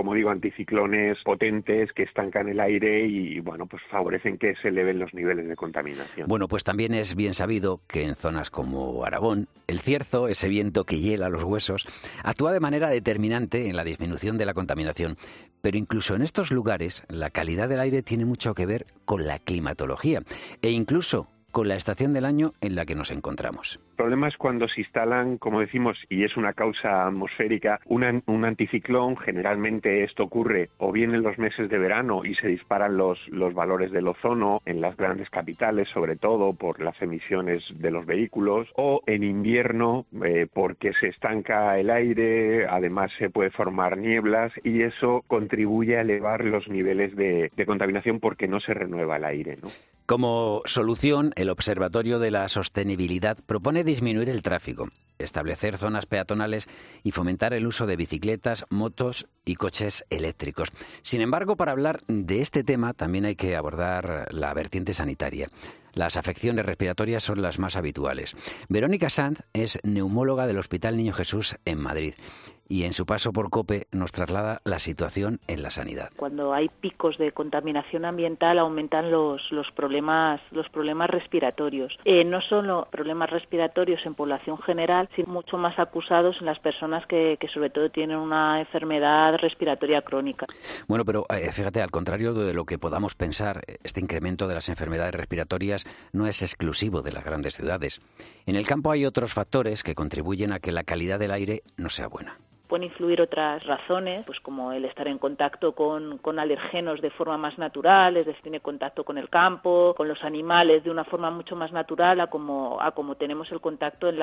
como digo, anticiclones potentes que estancan el aire y, bueno, pues favorecen que se eleven los niveles de contaminación. Bueno, pues también es bien sabido que en zonas como Aragón, el cierzo, ese viento que hiela los huesos, actúa de manera determinante en la disminución de la contaminación. Pero incluso en estos lugares, la calidad del aire tiene mucho que ver con la climatología e incluso con la estación del año en la que nos encontramos. El problema es cuando se instalan, como decimos, y es una causa atmosférica, un anticiclón. Generalmente esto ocurre o bien en los meses de verano y se disparan los valores del ozono en las grandes capitales, sobre todo por las emisiones de los vehículos, o en invierno porque se estanca el aire, además se puede formar nieblas y eso contribuye a elevar los niveles de contaminación porque no se renueva el aire, ¿no? Como solución, el Observatorio de la Sostenibilidad propone disminuir el tráfico, establecer zonas peatonales y fomentar el uso de bicicletas, motos y coches eléctricos. Sin embargo, para hablar de este tema también hay que abordar la vertiente sanitaria. Las afecciones respiratorias son las más habituales. Verónica Sanz es neumóloga del Hospital Niño Jesús en Madrid y en su paso por COPE nos traslada la situación en la sanidad. Cuando hay picos de contaminación ambiental aumentan los problemas respiratorios. No solo problemas respiratorios en población general, sino mucho más acusados en las personas que sobre todo tienen una enfermedad respiratoria crónica. Bueno, pero fíjate, al contrario de lo que podamos pensar, este incremento de las enfermedades respiratorias no es exclusivo de las grandes ciudades. En el campo hay otros factores que contribuyen a que la calidad del aire no sea buena. Pueden influir otras razones, pues como el estar en contacto con alergenos de forma más natural, es decir, tiene contacto con el campo, con los animales de una forma mucho más natural a como tenemos el contacto en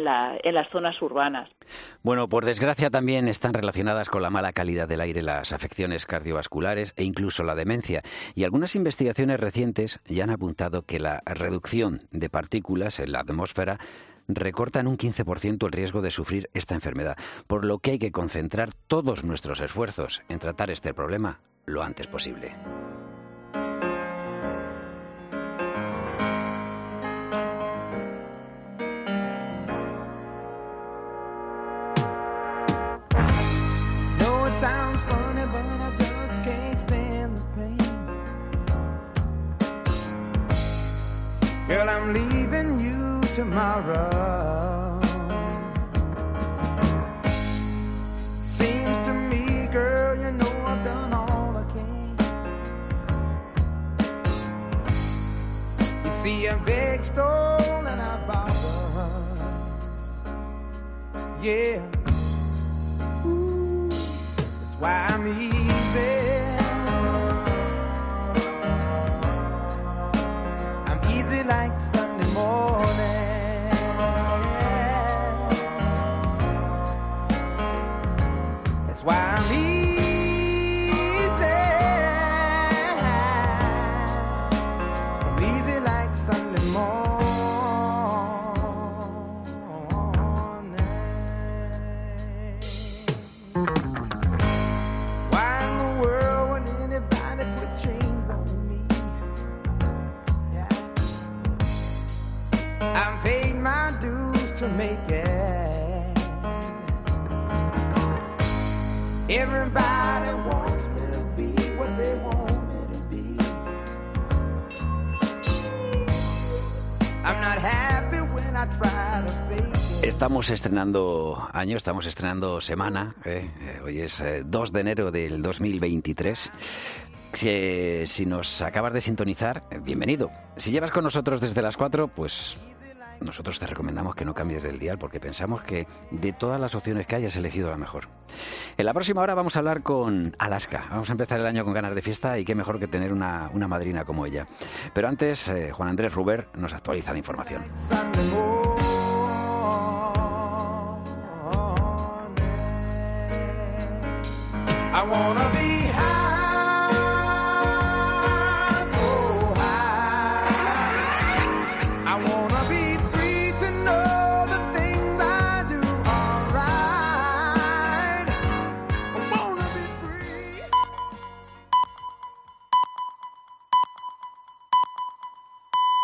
las zonas urbanas. Bueno, por desgracia también están relacionadas con la mala calidad del aire las afecciones cardiovasculares e incluso la demencia. Y algunas investigaciones recientes ya han apuntado que la reducción de partículas en la atmósfera recorta en un 15% el riesgo de sufrir esta enfermedad, por lo que hay que concentrar todos nuestros esfuerzos en tratar este problema lo antes posible. No, it sounds funny, but I just can't stand the pain. Girl, I'm leaving you tomorrow. Seems to me, girl, you know I've done all I can. You see, I beg, stole, and I borrowed. Yeah. Ooh, that's why I'm easy. I'm easy like Sunday morning. That's why I'm easy. I'm easy like Sunday morning. Why in the world would anybody put chains on me? Yeah. I've paid my dues to make it. Everybody wants me to be what they want me to be. I'm not happy when I try to fake it. Estamos estrenando año, estamos estrenando semana. Hoy es 2 de enero del 2023. Si nos acabas de sintonizar, bienvenido. Si llevas con nosotros desde las 4, pues nosotros te recomendamos que no cambies del dial porque pensamos que de todas las opciones que hay has elegido la mejor. En la próxima hora vamos a hablar con Alaska. Vamos a empezar el año con ganas de fiesta y qué mejor que tener una madrina como ella. Pero antes, Juan Andrés Ruber nos actualiza la información. I wanna be